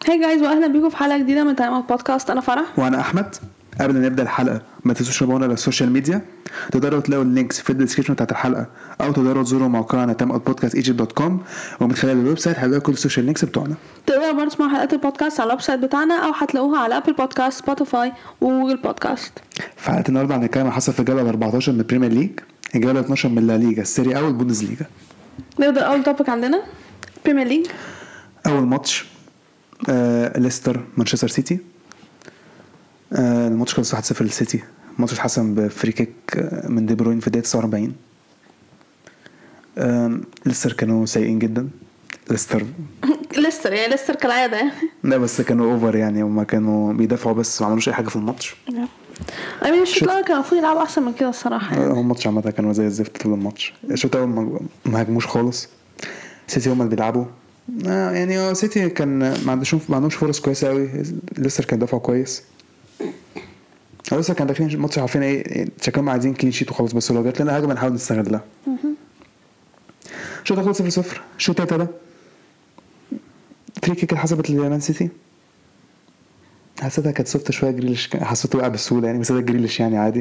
هاي جايز واهلا بيكم في حلقه جديده من تايم بودكاست. انا فرح وانا احمد. قبل ما نبدا الحلقه ما تنسوش تتابعونا على السوشيال ميديا. تقدروا تلاقوا اللينكس في الديسكربشن بتاعت الحلقه او تقدروا تزوروا موقعنا timeoutpodcastegypt.com ومن خلال الويب سايت هتلاقوا كل السوشيال لينكس بتوعنا. تقدروا برضه تسمعوا حلقات البودكاست على الويب سايت بتاعنا او هتلاقوها على ابل بودكاست سبوتيفاي وجوجل بودكاست. في حلقه النهارده هنتكلم عن حصل في الجوله 14 من البريمير ليج، الجوله 12 من لا ليغا السيريا او البوندس ليغا. نبدا اول توبيك عندنا بريمير ليج. اول ماتش ليستر مانشستر سيتي. الماتش خلص 1-0 للسيتي. الماتش اتحسم بفري كيك من دي بروين في الدقيقه 49. ليستر كانوا سيئين جدا. ليستر يعني ليستر كالعاده يعني. لا بس كانوا اوفر يعني، وما كانوا بيدافعوا بس ما عملوش اي حاجه في الماتش. الشوط الاول كان المفروض يلعبوا احسن من كده الصراحه يعني. هو الماتش عامه كانوا زي الزفت طول الماتش. الشوط الاول ما هاجموش خالص. سيتي هم اللي بيلعبوا يعني. سيتي كان ما عندهمش فرص كويسه قوي. ليستر كان دافعوا كويس. لسه كان داخلين الماتش عارفين ايه شكلهم عايزين كلين شيت وخلاص، بس لو جات لنا هجمه نحاول نستغلها. الشوط الاول 0-0. الشوط الثاني ده فري كيك اللي حسبت لمان سيتي. حسيتها كانت سوفت شويه. جريليش حسيته وقع بسهوله يعني، بس ده جريليش يعني عادي.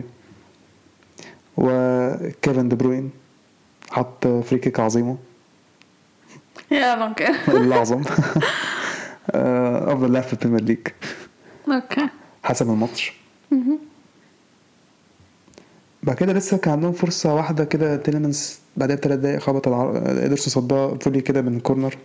وكيفن دي بروين حط فري كيك عظيمه يا بانكر الأعظم. افضل لاعب في البريمير ليج. اوكي حسب الماتش. بعد كده لسه كان عندهم فرصه واحده كده. تيلمنز بعدها ب3 دقايق خبط إدرسون صدها فولي كده من الكورنر.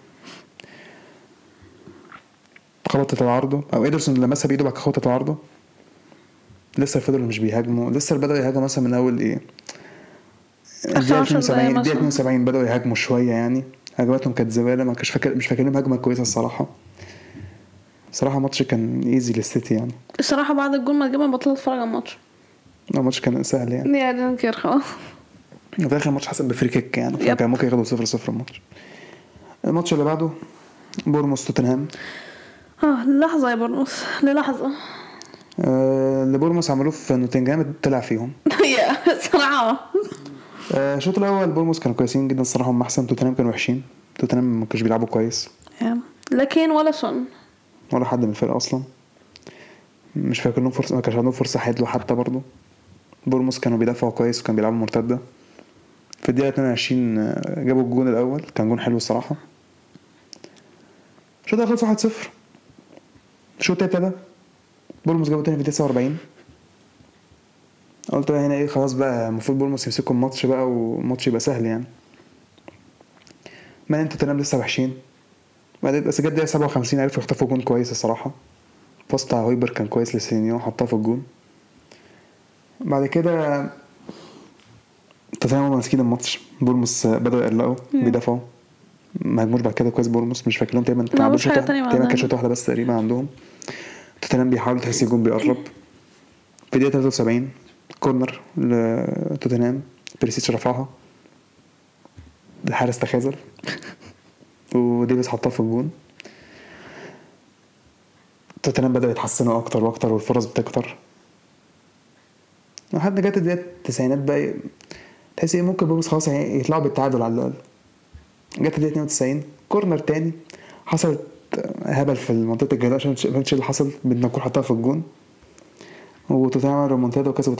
خبطت العارضه او إدرسون لمسها بايده بعد خبطت العارضه. لسه فضلوا مش بيهاجموا. لسه بدأوا يهاجموا مثلا من اول ايه الدقيقه 72 بدأوا يهاجموا شويه يعني. هجماتهم كانت زباله. مش فاكر لهم هجمه كويسه الصراحه. الماتش كان ايزي للسيتي يعني. الصراحه بعد الجول ما جبنا بطلت اتفرج على الماتش. الماتش كان سهل يعني. يا دنكر خلاص. في اخر الماتش حسب بفري كيك يعني، فكان ممكن ياخدوا 0-0 الماتش اللي بعده بورنموث توتنهام. لحظه يا بورنموث للحظه. اللي بورنموث عملوه في نوتنجهام طلع فيهم. يا صراحه. الشوط الاول بورنموث كانوا كويسين جدا الصراحه. هم احسن. توتنهام كانوا وحشين. توتنهام ما كانوش بيلعبوا كويس لكن ولا سون ولا حد من الفرقه اصلا. مش فاكر لهم فرصه. ما كانش عندهم فرصه حلوه حتى برضو. بورنموث كانوا بيدافعوا كويس وكانوا بيلعبوا مرتده. في الدقيقه 22 جابوا الجون الاول. كان جون حلو الصراحه. الشوط الاول خلص 1-0. الشوط الثاني ده بورنموث جابوا تاني في 49. قلت هنا ايه خلاص بقى المفروض بورنموث يمسكوا الماتش بقى والماتش يبقى سهل يعني. ما انتوا تنام لسه وحشين. بعدين بس جت 57 عرفوا يخطفوا جون كويس الصراحه. باص بتاع هويبر كان كويس لسينيو حطها في الجون. بعد كده توتنهام ماسكين الماتش. بورنموث بدأوا يقلقوا بيدافعوا. ما هجموش بعد كده كويس. بورنموث مش فاكر لهم تقريبا كان شوط واحده بس تقريبا عندهم. توتنهام بيحاولوا تحس الجون بيقرب. في دقيقه 73 كورنر لتوتنهام. بريسيتش رفعها. الحارس تخاذل وديفيس حطها في الجون. توتنهام بدأوا يتحسنوا اكتر واكتر والفرص بتكتر لحد جت الدقيقه 90 بقى. تحس ايه ممكن بورنموث خلاص يطلعوا بالتعادل على الاقل. جت الدقيقه 92 كورنر تاني. حصلت هبل في منطقه الجزاء عشان فهمتش اللي حصل. بنكون حطها في الجون وتوتنهام عملوا ريمونتادا وكسبوا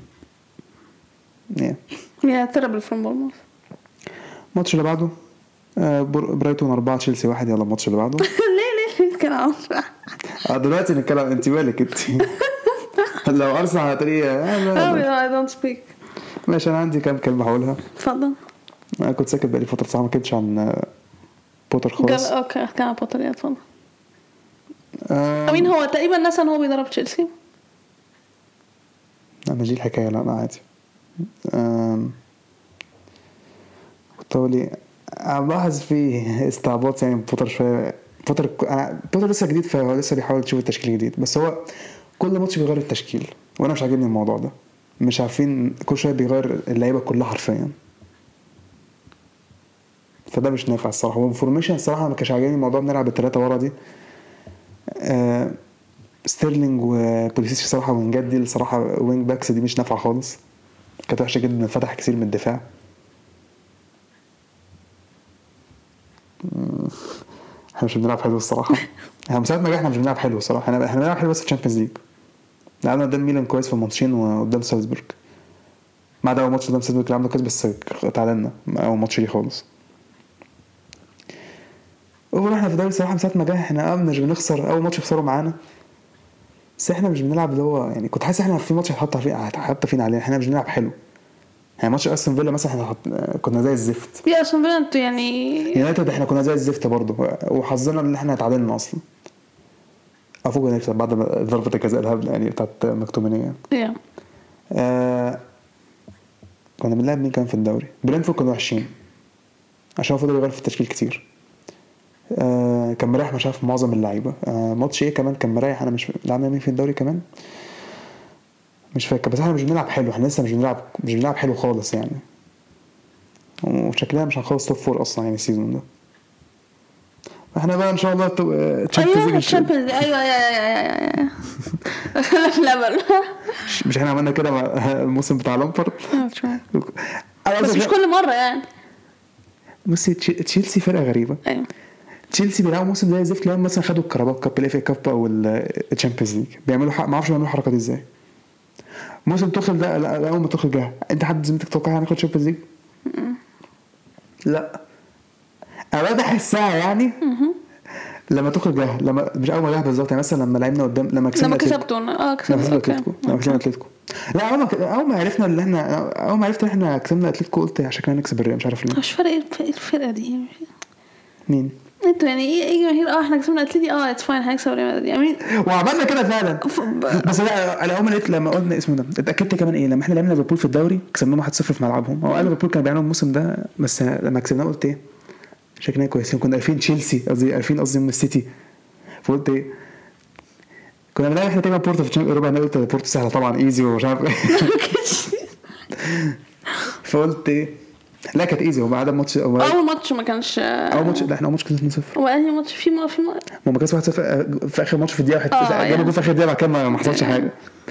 3-2. يا تربل فروم بورنموث. الماتش اللي بعده برايتون 4 تشيلسي 1. يلا الماتش اللي بعده. ليه نتكلم دلوقتي نتكلم. انت بالك انت لو ارسنال هتلاقي I don't speak. ماشي. انا عندي كام كلمه هقولها. اتفضل. انا كنت ساكت بقالي فتره صراحه. ما كنتش عن بوتر خالص. اوكي كان بوتر. يا اتفضل. مين هو تقريبا ناس ان هو بيدرب تشيلسي. انا دي الحكايه. لا انا عادي. كنت اقول الاحظ فيه استعباط يعني بوتر شويه. بوتر لسه جديد فهو لسه بيحاول يشوف التشكيل الجديد. بس هو كل ماتش بيغير التشكيل وانا مش عاجبني الموضوع ده. مش عارفين كل شويه بيغير اللعيبه كلها حرفيا. فده مش نافع الصراحه. والفورميشن الصراحه ما كانش عاجبني الموضوع. بنلعب ال3 ورا دي. ستيرلينج وبوليسيتش صراحه وينجات دي الصراحه وينج باكس دي مش نافعه خالص. كانت وحشه جدا. فتح كتير من الدفاع. احنا مش بنلعب حلو الصراحه. احنا من ساعه ما احنا مش بنلعب حلو الصراحه. احنا بنلعب حلو بس في الشامبيونز ليج. لعبنا قدام ميلان كويس في الماتشين وقدام سالزبورج، ما عدا اول ماتش قدام سالزبورج لعبنا كويس بس تعادلنا اول ماتش دي خالص. احنا في الدوري الصراحه من ساعه ما جه احنا مش بنخسر. اول ماتش خسروا معانا بس احنا مش بنلعب اللي هو يعني كنت حاسس احنا في ماتش هتحط فينا عليه. احنا مش بنلعب حلو. يعني ماتش استون فيلا مثلا احنا كنا زي الزفت. يا استون فيلا انتوا يعني يونايتد احنا كنا زي الزفت برضه وحظنا ان احنا اتعادلنا اصلا. افوق نكسب بعد ضربه الجزاء الهبله يعني بتاعت مكتومينيه. كنا بنلعب مين كان في الدوري؟ برينتفورد كانوا وحشين عشان فضلوا يغيروا في التشكيل كتير. كان مريح مش عارف معظم اللعيبه. ماتش ايه كمان كان مريح انا مش لعبنا مين في الدوري كمان مش فاكر. بس احنا مش بنلعب حلو. احنا لسه مش بنلعب حلو خالص يعني. وشكلنا مش هنخلص توب 4 اصلا يعني السيزون ده. احنا بقى ان شاء الله الشامبيونز ايوه لا مش احنا عملنا كده مع الموسم بتاع لامبارد بس مش كل مره يعني. بصي تشيلسي فرقه غريبه. ايوه تشيلسي بيلعبوا موسم زي زفت. لما مثلا خدوا الكاراباو كاب الاف اي كاب او الشامبيونز ليج بيعملوا ما اعرفش بيعملوا الحركه دي ازاي. موسم توخل ده اول ما توخل جه انت حد زميلتك توقع هناخد شامبيونز ليج؟ لا انا بحسها يعني لما توخل جه لما مش اول ما جه بالظبط يعني مثلا لما لعبنا قدام لما كسبتوا كسبنا اتلتيكو. لا اول ما عرفنا ان احنا اول ما عرفت ان احنا كسبنا اتلتيكو قلت عشان كده نكسب الريال مش عارف ليه. مش فارق الفرقه دي مين انتوا يعني ايه جماهير احنا كسبنا اتلتي اتس فاين هنكسب ريال مدريد يعني وعملنا كده فعلا. بس لا انا اول ما لقيت لما قلنا اسمه ده اتاكدت كمان ايه لما احنا لعبنا ليفربول في الدوري كسبناهم 1-0 في ملعبهم. هو قال ليفربول كان بيعانوا الموسم ده بس لما كسبناه قلت ايه شكلنا كويسين. كنا 2000 تشيلسي قصدي من السيتي فقلت ايه كنا بنلعب احنا تقريبا بورتو في الربع. انا قلت بورتو سهله طبعا ايزي ومش عارف ايه فقلت ايه لا كانت ايزي. وبعد الماتش اول ماتش ما كانش اول ماتش لا احنا اول ماتش كنا 2-0 وانهي ماتش في ما كانش 1-0 في اخر ماتش في الدقيقه 1 جابوا جول في اخر دقيقه بعد كده ما حصلش حاجه.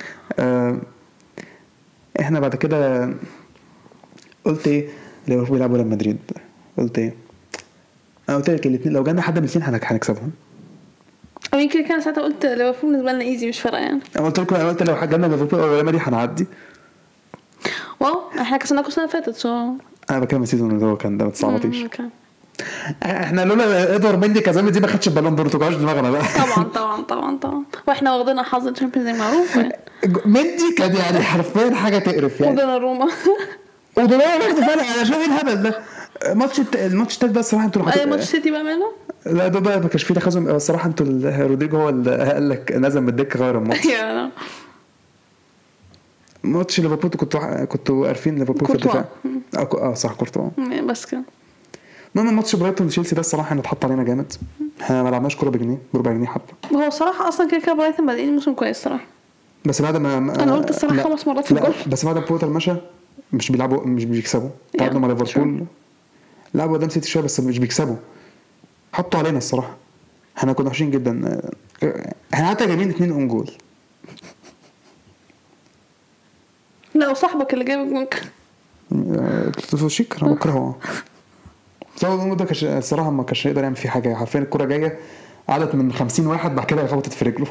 احنا بعد كده قلت ايه ليفربول يلعبوا ريال مدريد قلت ايه انا قلت لك الاثنين لو جانا حد من الاثنين هنكسبهم. يمكن كان ساعتها قلت ليفربول بالنسبه لنا ايزي مش فارقه يعني. انا قلت لو حد جانا ليفربول او ريال مدريد هنعدي. واو احنا كسبناكم السنه اللي فاتت انا بكمل السيزون اللي هو كان ده ما تصعبطيش. احنا لولا ادوار مندي كازامي دي ما خدش البالون دور توقعش دماغنا بقى. طبعا واحنا واخدين حظ الشامبيونز ليج معروف يعني. مندي كان يعني حرفيا حاجه تقرف يعني. ودوناروما فعلا انا شايف ايه الهبل ده. الماتش التالت ده الصراحه انتوا اي ماتش سيتي بقى ماله لا ده بقى ما كانش فيه تخاذل الصراحه. انتوا رودريجو هو اللي قال لك نزل من الدكه غير الماتش. ماتش ليفربول كنتوا عارفين ليفربول في الدفاع صح كورتوا بس كده. المهم ماتش برايتون تشيلسي ده الصراحه احنا اتحط علينا جامد. احنا ما لعبناش كوره بجنيه بربع جنيه حتى. هو الصراحه اصلا كده برايتون بادئين الموسم كويس الصراحه. بس بعد ما انا قلت الصراحه 5 مرات في الجول. بس بعد بوتر مشى مش بيلعبوا مش بيكسبوا. تعادلوا مع ليفربول لعبوا قدام سيتي شويه بس مش بيكسبوا. حطوا علينا الصراحه. احنا كنا وحشين جدا. احنا حتى جايبين 2 اون جول. لا وصاحبك اللي جايب الجول تفوشيك انا بكرهه. سواء ده كان الصراحه ما كانش يقدر يعمل فيه حاجه. حرفيا الكره جايه عدت من 50 واحد بعد كده خبطت في رجله.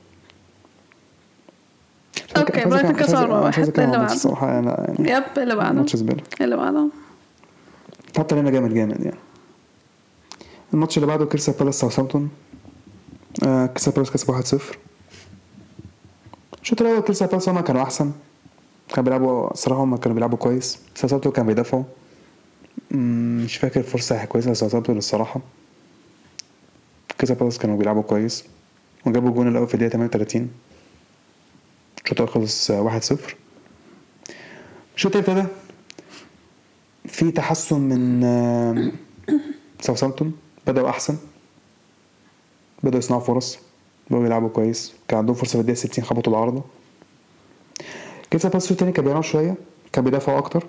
اوكي برايتون كسر واحد اللي بعده الصراحه يعني يب اللي بعده ماتش زباله اللي بعده حط لنا جامد يعني. الماتش اللي بعده كريستال بالاس ساوثهامبتون. كريستال بالاس كسب 1-0. الشوط الاول كريستال بالاس هم كانوا احسن. كانوا بيلعبوا الصراحه هم كانوا بيلعبوا كويس. ساوثهامبتون كانوا بيدافعوا. مش فاكر فرصه كويسه لساوثهامبتون الصراحه. كريستال بالاس كانوا بيلعبوا كويس وجابوا الجون الاول في الدقيقه 38. الشوط الاول خلص 1-0. الشوط الثاني ده في تحسن من ساوثهامبتون. بدأوا أحسن. بدأوا يصنعوا فرص. بدأوا يلعبوا كويس. كان عندهم فرصة في الدقيقة 60 خبطوا العارضة. كريستال بالاس الثاني كان بيعملوا شوية. كان بيدافعوا أكتر.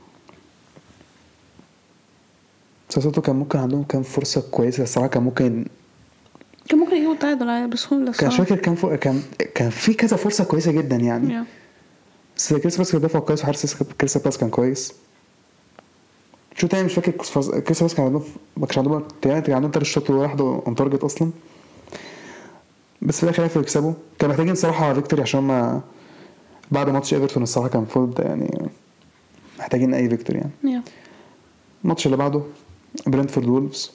ساوثهامبتون كان ممكن عندهم كام فرصة كويسة الصراحة. كان ممكن يجيبوا التعادل بسهولة. كان فاكر كان في كذا فرصة كويسة جدا يعني. بس كريستال بالاس كان بيدافعوا كويس وحارس كريستال بالاس كان كويس. شو تاني مش فاكر. كريس كان عندهم ما كانش عندهم تاني، كان عندهم 3 شوط واحد اون تارجت اصلا، بس في الاخر عرفوا يكسبوا. كان محتاجين صراحه فيكتوري عشان ما بعد ماتش ايفرتون الصراحه كان فوضى يعني، محتاجين اي فيكتوري يعني. الماتش اللي بعده برينتفورد وولفز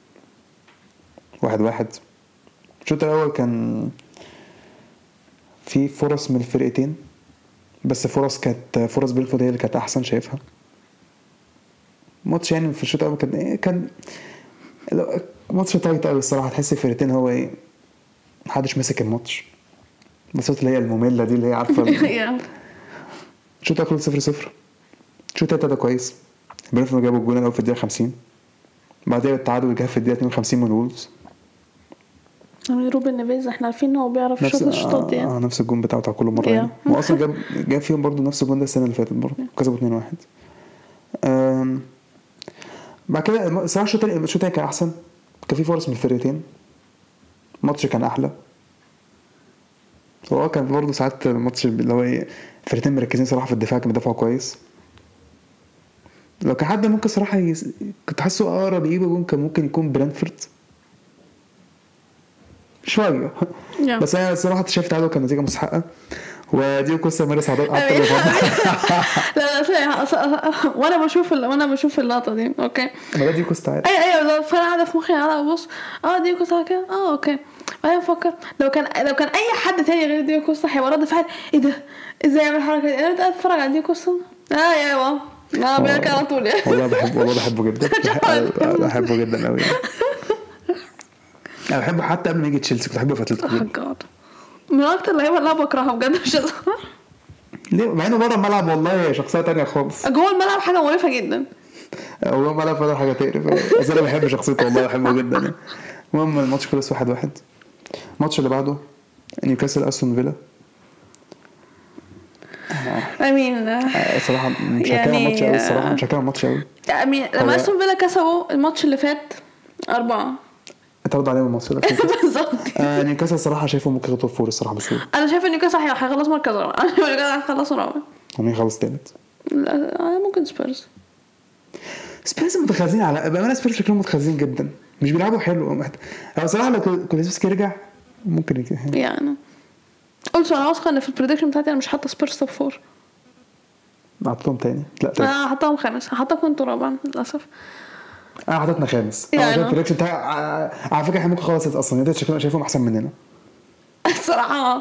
1-1. الشوط الاول كان في فرص من الفرقتين، بس كانت فرص برينتفورد هي اللي كانت احسن شايفها. ماتش يعني في الشوط الاول كان ماتش تايت قوي الصراحه، تحس الفرقتين هو ايه محدش ماسك الماتش، بس اللي هي الممله دي اللي هي عارفه. الشوط الاول 0-0. الشوط الثاني ده كويس، برينتفورد جابوا الجول الاول في الدقيقه 50، بعدها التعادل جه في الدقيقه 52 من وولفز. روبن نيفيز احنا عارفين ان هو بيعرف يشوط الشوط يعني. نفس الجون بتاعه كل مره يعني. هو اصلا جاب فيهم برضو نفس الجون ده السنه اللي فاتت برضو، كسبوا 2-1. بعد كده صراحه الشوط الثاني كان احسن، كان في فرص من الفرقتين، الماتش كان احلى. هو كان برضو ساعات الماتش اللي هو ايه الفرقتين مركزين صراحه في الدفاع، كانوا بيدافعوا كويس. لو كان حد ممكن صراحه كنت حاسه اقرب يجيب جون كان ممكن يكون برينتفورد شويه بس انا الصراحه شايف تعادل كان نتيجه مستحقه. ودي قصه مارس عضال اكتر لا وانا بشوف اللقطه دي اوكي ما دي قصه عادي. ايوه فانا قاعده في مخي انا ببص دي قصه كده اوكي. انا بفكر لو كان اي حد تاني غير دي قصه هيبقى رد فعل ايه ده ازاي يعمل الحركه دي. انا اتفرج على دي قصه يا بابا انا بيرجع على طول يعني. والله بحبه جدا بحبه جدا قوي. انا بحبه حتى قبل ما يجي تشيلسي كنت بحبه في اتلتيكو من اكتر اللعيبه اللي بكرهها بجد. مش ليه مع انه بره الملعب والله شخصيه تانية خالص. جوه الملعب حاجه مقرفه جدا، جوه الملعب فده حاجه تقرف. بس انا بحب شخصيته والله بحبه جدا. المهم الماتش خلص 1-1. الماتش اللي بعده نيوكاسل استون فيلا. صراحه مش هكمل الماتش قوي الصراحه، مش هكمل الماتش قوي. لما استون فيلا كسبوا الماتش اللي فات 4 اترد عليهم الماتش ده بالظبط. نيوكاسل الصراحه شايفه ممكن يخطف فور الصراحه بسهوله. انا شايف ان نيوكاسل هيخلص مركز رابع. انا شايف ان هيخلص رابع ومين خلص ثالث. ممكن سبيرز متخاذين على بقى سبيرز شكلهم متخاذين جدا، مش بيلعبوا حلو. انا صراحه لو كوليسفسكي يرجع ممكن يعني قلت انا واثقه ان في البريدكشن بتاعتي انا مش حاطه سبيرز توب 4. حطيتهم تاني لا انا حطيتهم خامس، حطيتكم انتوا رابع للاسف. حطيتنا خامس. انا شايف البريدكشن بتاع على فكره احنا ممكن خلاص اصلا انت شايفهم احسن مننا الصراحه.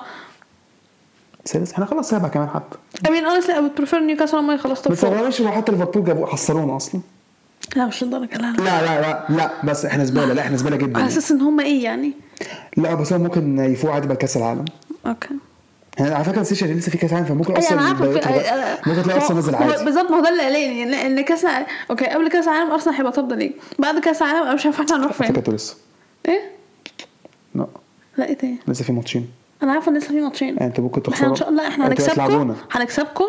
سادس احنا خلاص 7 كمان حتى. honestly I would prefer نيوكاسل ما يخلص توب 4. بس لو حتى ليفربول جابوا حصلونا اصلا. لا مش الدرجه لا بس احنا زباله. لا احنا زباله جدا. على اساس ان هم ايه يعني. لا بس ممكن يفوقوا عادي بكاس العالم. اوكي يعني على فكره السيشن لسه في كاس العالم فممكن اصلا ممكن تلاقي اصلا نزل عادي بالظبط. ما هو ده اللي قالين ان كاس اوكي قبل كاس العالم ارسنال هيبقى توب ليج، بعد كاس العالم انا مش عارفه احنا هنروح فين. فكرت لسه ايه لا ايه تاني لسه في ماتشين. انا عارفه ان لسه في ماتشين يعني انت ممكن تخسروا ان شاء الله. احنا هنكسبكم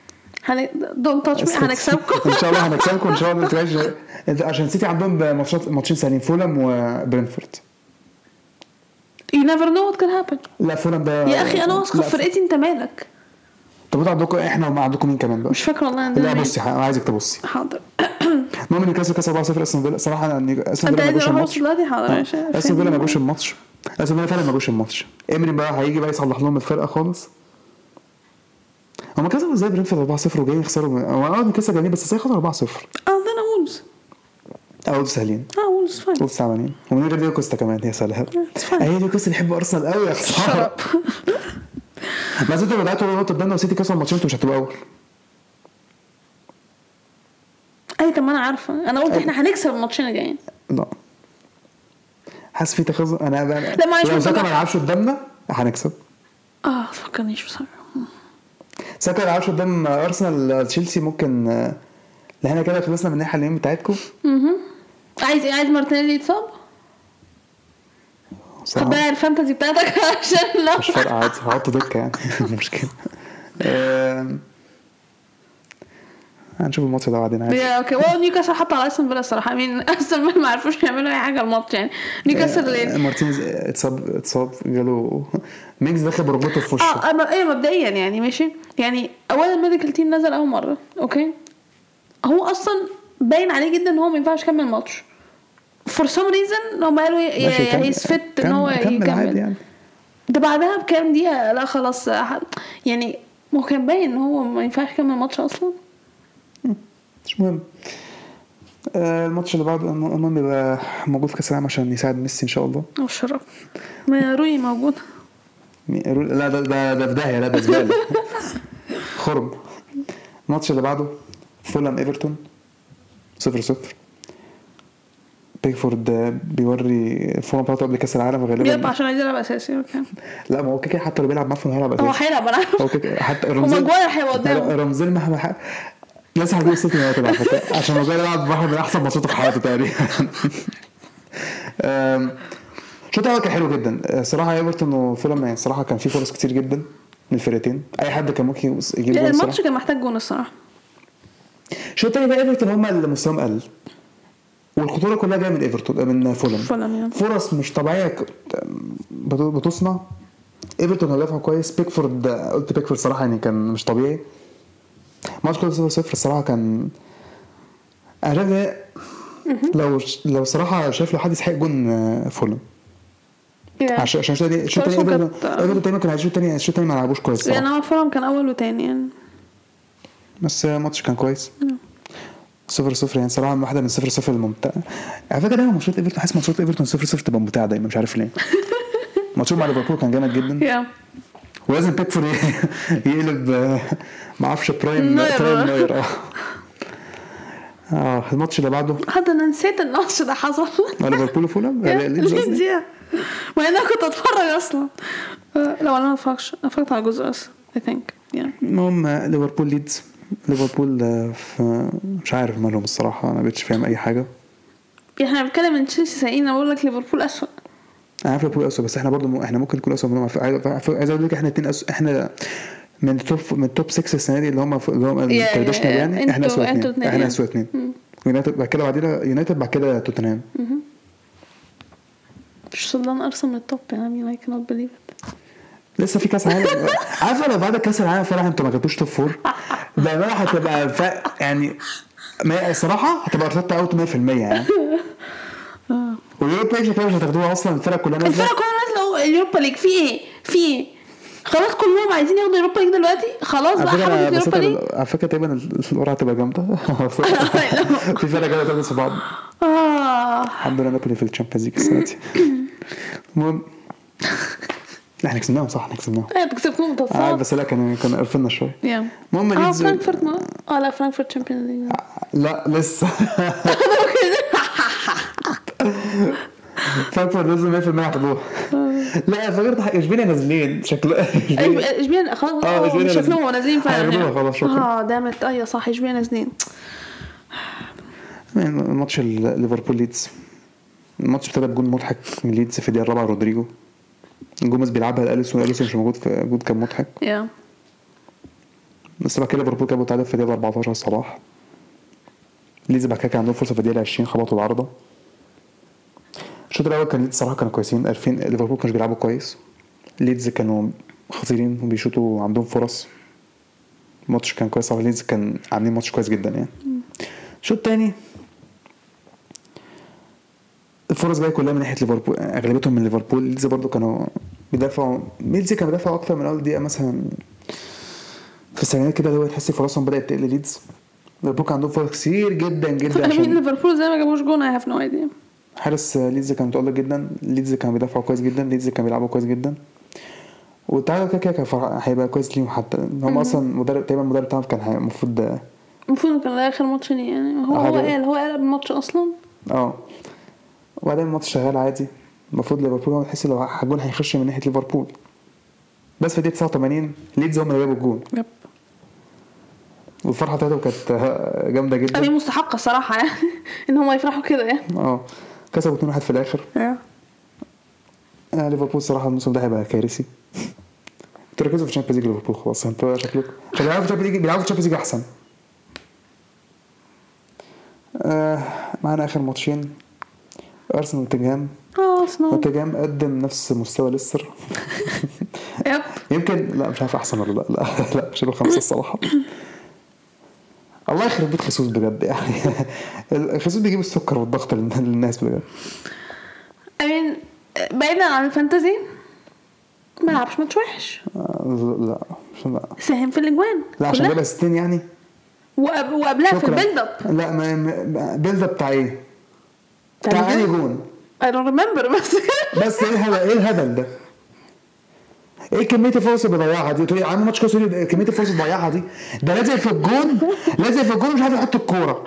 دونت تاتش مي. هنكسبكم ان شاء الله هنكسبكم ان شاء الله. عشان سيتي عندهم ماتشين سهلين فولم وبرينفورد. you never know what can happen. لا فولم ده يا اخي انا واثقه في فرقتي انت مالك. طب انتوا عندكم احنا وما عندكم مين كمان بقى مش فاكره والله عندنا. لا بصي انا عايزك تبصي. حاضر. المهم نيوكاسل كسب 4-0 استون فيلا. صراحه استون فيلا ما جوش الماتش. استون فيلا ما جوش الماتش. استون فيلا فعلا ما جوش الماتش. امري بقى هيجي بقى يصلح لهم الفرقه خالص. هما كسبوا ازاي برينفورد 4-0 وجايين يخسروا. هو نيوكاسل جايين بس ازاي خسروا 4-0. عندنا وولز سهلين. وولز فاين. وولز تعبانين ومن غير دي كوستا كمان. يا سلام هي دي كوستا بيحب ارسنال قوي يا خساره. بس انتوا بداتوا نقطه قدامنا وسيتي كسبوا الماتشين انتوا مش هتبقوا اول. طب ما انا عارفه. انا قلت احنا هنكسب الماتشين الجايين. لا حاسس في تخاذل. انا لا معلش لو ساكا ما لعبش قدامنا هنكسب. فكرنيش بصراحه. ساكا ما لعبش قدام ارسنال تشيلسي ممكن احنا كده خلصنا من الناحيه اليمين بتاعتكم. عايز مارتينيلي يتصاب. خد بقى الفانتازي بتاعتك عشان لا مش فارقه عادي هحط دكه يعني مشكله. هنشوف الماتش ده بعدين عادي. اوكي نيوكاسل حط على استون فيلا الصراحه. استون فيلا ما عرفوش يعملوا اي حاجه الماتش يعني. نيوكاسل مارتينيز اتصاب جاله ميكس دخل بركبته في وشه. مبدئيا يعني ماشي يعني. اولا الميديكال تيم نزل اول مره اوكي. هو اصلا باين عليه جدا ان هو ما ينفعش يكمل الماتش for some reason. هم قالوا هيس فيت ان هو يكمل يعني. ده بعدها بكام دقيقة لا خلاص يعني هو كان باين ان هو ما ينفعش يكمل الماتش اصلا. مش مهم. الماتش اللي بعده المهم يبقى موجود في كاس العالم عشان يساعد ميسي ان شاء الله. الشرف ما روي موجود. لا ده في داهيه. لا ده زباله خرب. الماتش اللي بعده فولهام ايفرتون 0-0. بيكفورد بيوري فولهام بتاعته قبل كاس العالم غالبا بيلعب عشان عايز يلعب اساسي. اوكي لا ما هو كده حتى لو بيلعب معفن هيلعب اساسي. هو هيلعب انا هو كده حتى رمزين ماجواير هيبقى قدامه. رمزين مهما ناس هتقول سيتي يونايتد على فكره عشان ماجواير يلعب واحد من احسن ماتشاته في حياته تقريبا. الشوط الاول كان حلو جدا صراحه. ايفرتون وفولهام يعني صراحه كان في فرص كتير جدا من الفرقتين. اي حد كان ممكن يجيب جول. الماتش كان محتاج جون الصراحه. الشوط الثاني بقى ايفرتون هم اللي مستواهم قل والخطوره كلها جايه من ايفرتون من فولهام. فرص مش طبيعيه بتصنع. ايفرتون كان دافع كويس. بيكفورد صراحه يعني كان مش طبيعي. ماتش كله 0-0 الصراحه كان انا لو صراحه شايف لو حد يستحق جون فولهام عشان الشوط الثاني ايفرتون كان الشوط الثاني ما لعبوش كويس يعني هو فولهام كان اول وثاني يعني بس الماتش كان كويس 0-0 يعني صراحه واحده من 0-0 الممتع. على فكره دايما ماتشات ايفرتون حاسس ماتشات ايفرتون 0-0 تبقى ممتعه دايما مش عارف ليه. ماتشهم مع ليفربول كان جامد جدا ولازم بيكفورد يقلب ما اعرفش برايم نوير. الماتش اللي بعده حتى انا نسيت الماتش ده حصل. ليفربول وفولهام ما انا كنت اتفرج اصلا. لو انا اتفرجت على جزء بس I think المهم ليفربول ليدز. ليفربول مش عارف مالهم الصراحه انا بقتش فاهم اي حاجه. احنا بنتكلم من تشيلسي سايقين اقول لك ليفربول اسوء. انا عارف ليفربول اسوء بس احنا برضو احنا ممكن نكون اسوء منهم. عايز اقول لك احنا الاثنين احنا من توب 6 السنه دي اللي هم التراديشنال يعني احنا اسوء اثنين. احنا اسوء اثنين. يونايتد بعد كده بعدين يونايتد بعد كده توتنهام. مش صدقان ارسنال من التوب يعني I cannot believe it. لسه في كاس عالم. عارفه لو بعد كاس العالم فعلا انتوا ما جبتوش توب 4 ده بقى هتبقى يعني الصراحه هتبقى ارتبط اوت 100% يعني. واليوروبا ليج كده مش هتاخدوها اصلا. الفرق كلها نازله اليوروبا ليج في ايه خلاص كلهم عايزين ياخدوا اليوروبا ليج دلوقتي خلاص بقى حاولوا اليوروبا ليج. على فكره تقريبا القرعه هتبقى جامده. في فرق جايه تلبس بعض. الحمد لله نابولي في الشامبيونز ليج السنه دي. المهم احنا كسبناهم صح. كسبتهم طبعا بس لا كان قرفنا شويه. المهم ليدز فرانكفورت لا فرانكفورت تشامبيونز ليج لا لسه. فرانكفورت لازم 100% هتاخدوها. لا فكرت اشبيليا نازلين شكله. اشبيليا خلاص شكلهم نازلين فعلا خلاص شكرا. دامت ايوه صح اشبيليا نازلين. ماتش ليفربول ليدز الماتش ابتدى بجون مضحك من ليدز في الدقيقه الرابعه. رودريجو جوميز بيلعبها لأليسون مش موجود في جود كان مضحك. بس بعد كده ليفربول جابوا تعادل في الدقيقه 14 صلاح. ليدز بعد كده كان عندهم فرصه في الدقيقه 20 خبطوا العارضه. الشوط الاول كان ليدز صراحه كانوا كويسين. ليفربول كانوا بيلعبوا كويس. ليدز كانوا خطيرين وبيشوطوا عندهم فرص. الماتش كان كويس. ليدز كان عاملين ماتش كويس جدا يعني. الشوط الثاني الفرص جايه كلها من ناحيه ليفربول اغلبيتهم من ليفربول. ليدز برضو كانوا بيدافعوا. ليدز كانوا بيدافعوا اكتر من اول دقيقه مثلا في الثانيات كده اللي هو تحس فرصهم بدات تقل. ليدز ليفربول كان عندهم فرص كتير جدا عشان ليفربول زي ما جابوش جون I have no idea. حارس ليدز كان متألق جدا. ليدز كان بيدافعوا كويس جدا. ليدز كان بيلعبوا كويس جدا والتعادل كده هيبقى كويس ليهم. حتى هم اصلا المدرب بتاعهم كان المفروض كان اخر ماتش يعني هو قلب الماتش اصلا. وبعدين الماتش شغال عادي. المفروض ليفربول تحس لو هجون هيخش من ناحيه ليفربول بس في دقيقه 89 ليدز هم اللي جابوا الجون. والفرحه بتاعتهم كانت جامده جدا. هي مستحقه صراحه يعني ان هم يفرحوا كده يعني. كسبوا 2-1 في الاخر. ليفربول صراحه الموسم ده هيبقى كارثي. تركزوا في الشامبيونز ليج ليفربول خلاص. انتوا شكلكم بيلعبوا في الشامبيونز ليج احسن. معانا اخر ماتشين ارسنال وتوتنهام. توتنهام قدم نفس مستوى ليستر. يمكن لا مش عارف احسن ولا لا مش له 5 الصراحه. الله يخرب بيت خصوص بجد يعني. خصوص بيجيب السكر والضغط للناس بجد. بعيدا عن الفانتزي ما لعبش ماتش وحش. لا ساهم في الاجوان لا عشان جاب 60 يعني وقبلها في البيلد اب. لا ما بيلد اب بتاع ايه؟ بتاع انهي جون؟ I don't remember بس ايه الهبل ده؟ ايه كميه الفرص اللي بيضيعها دي؟ تقول عامل ماتش كويس كميه الفرص اللي بيضيعها دي؟ ده لازم في الجون مش عارف يحط الكوره.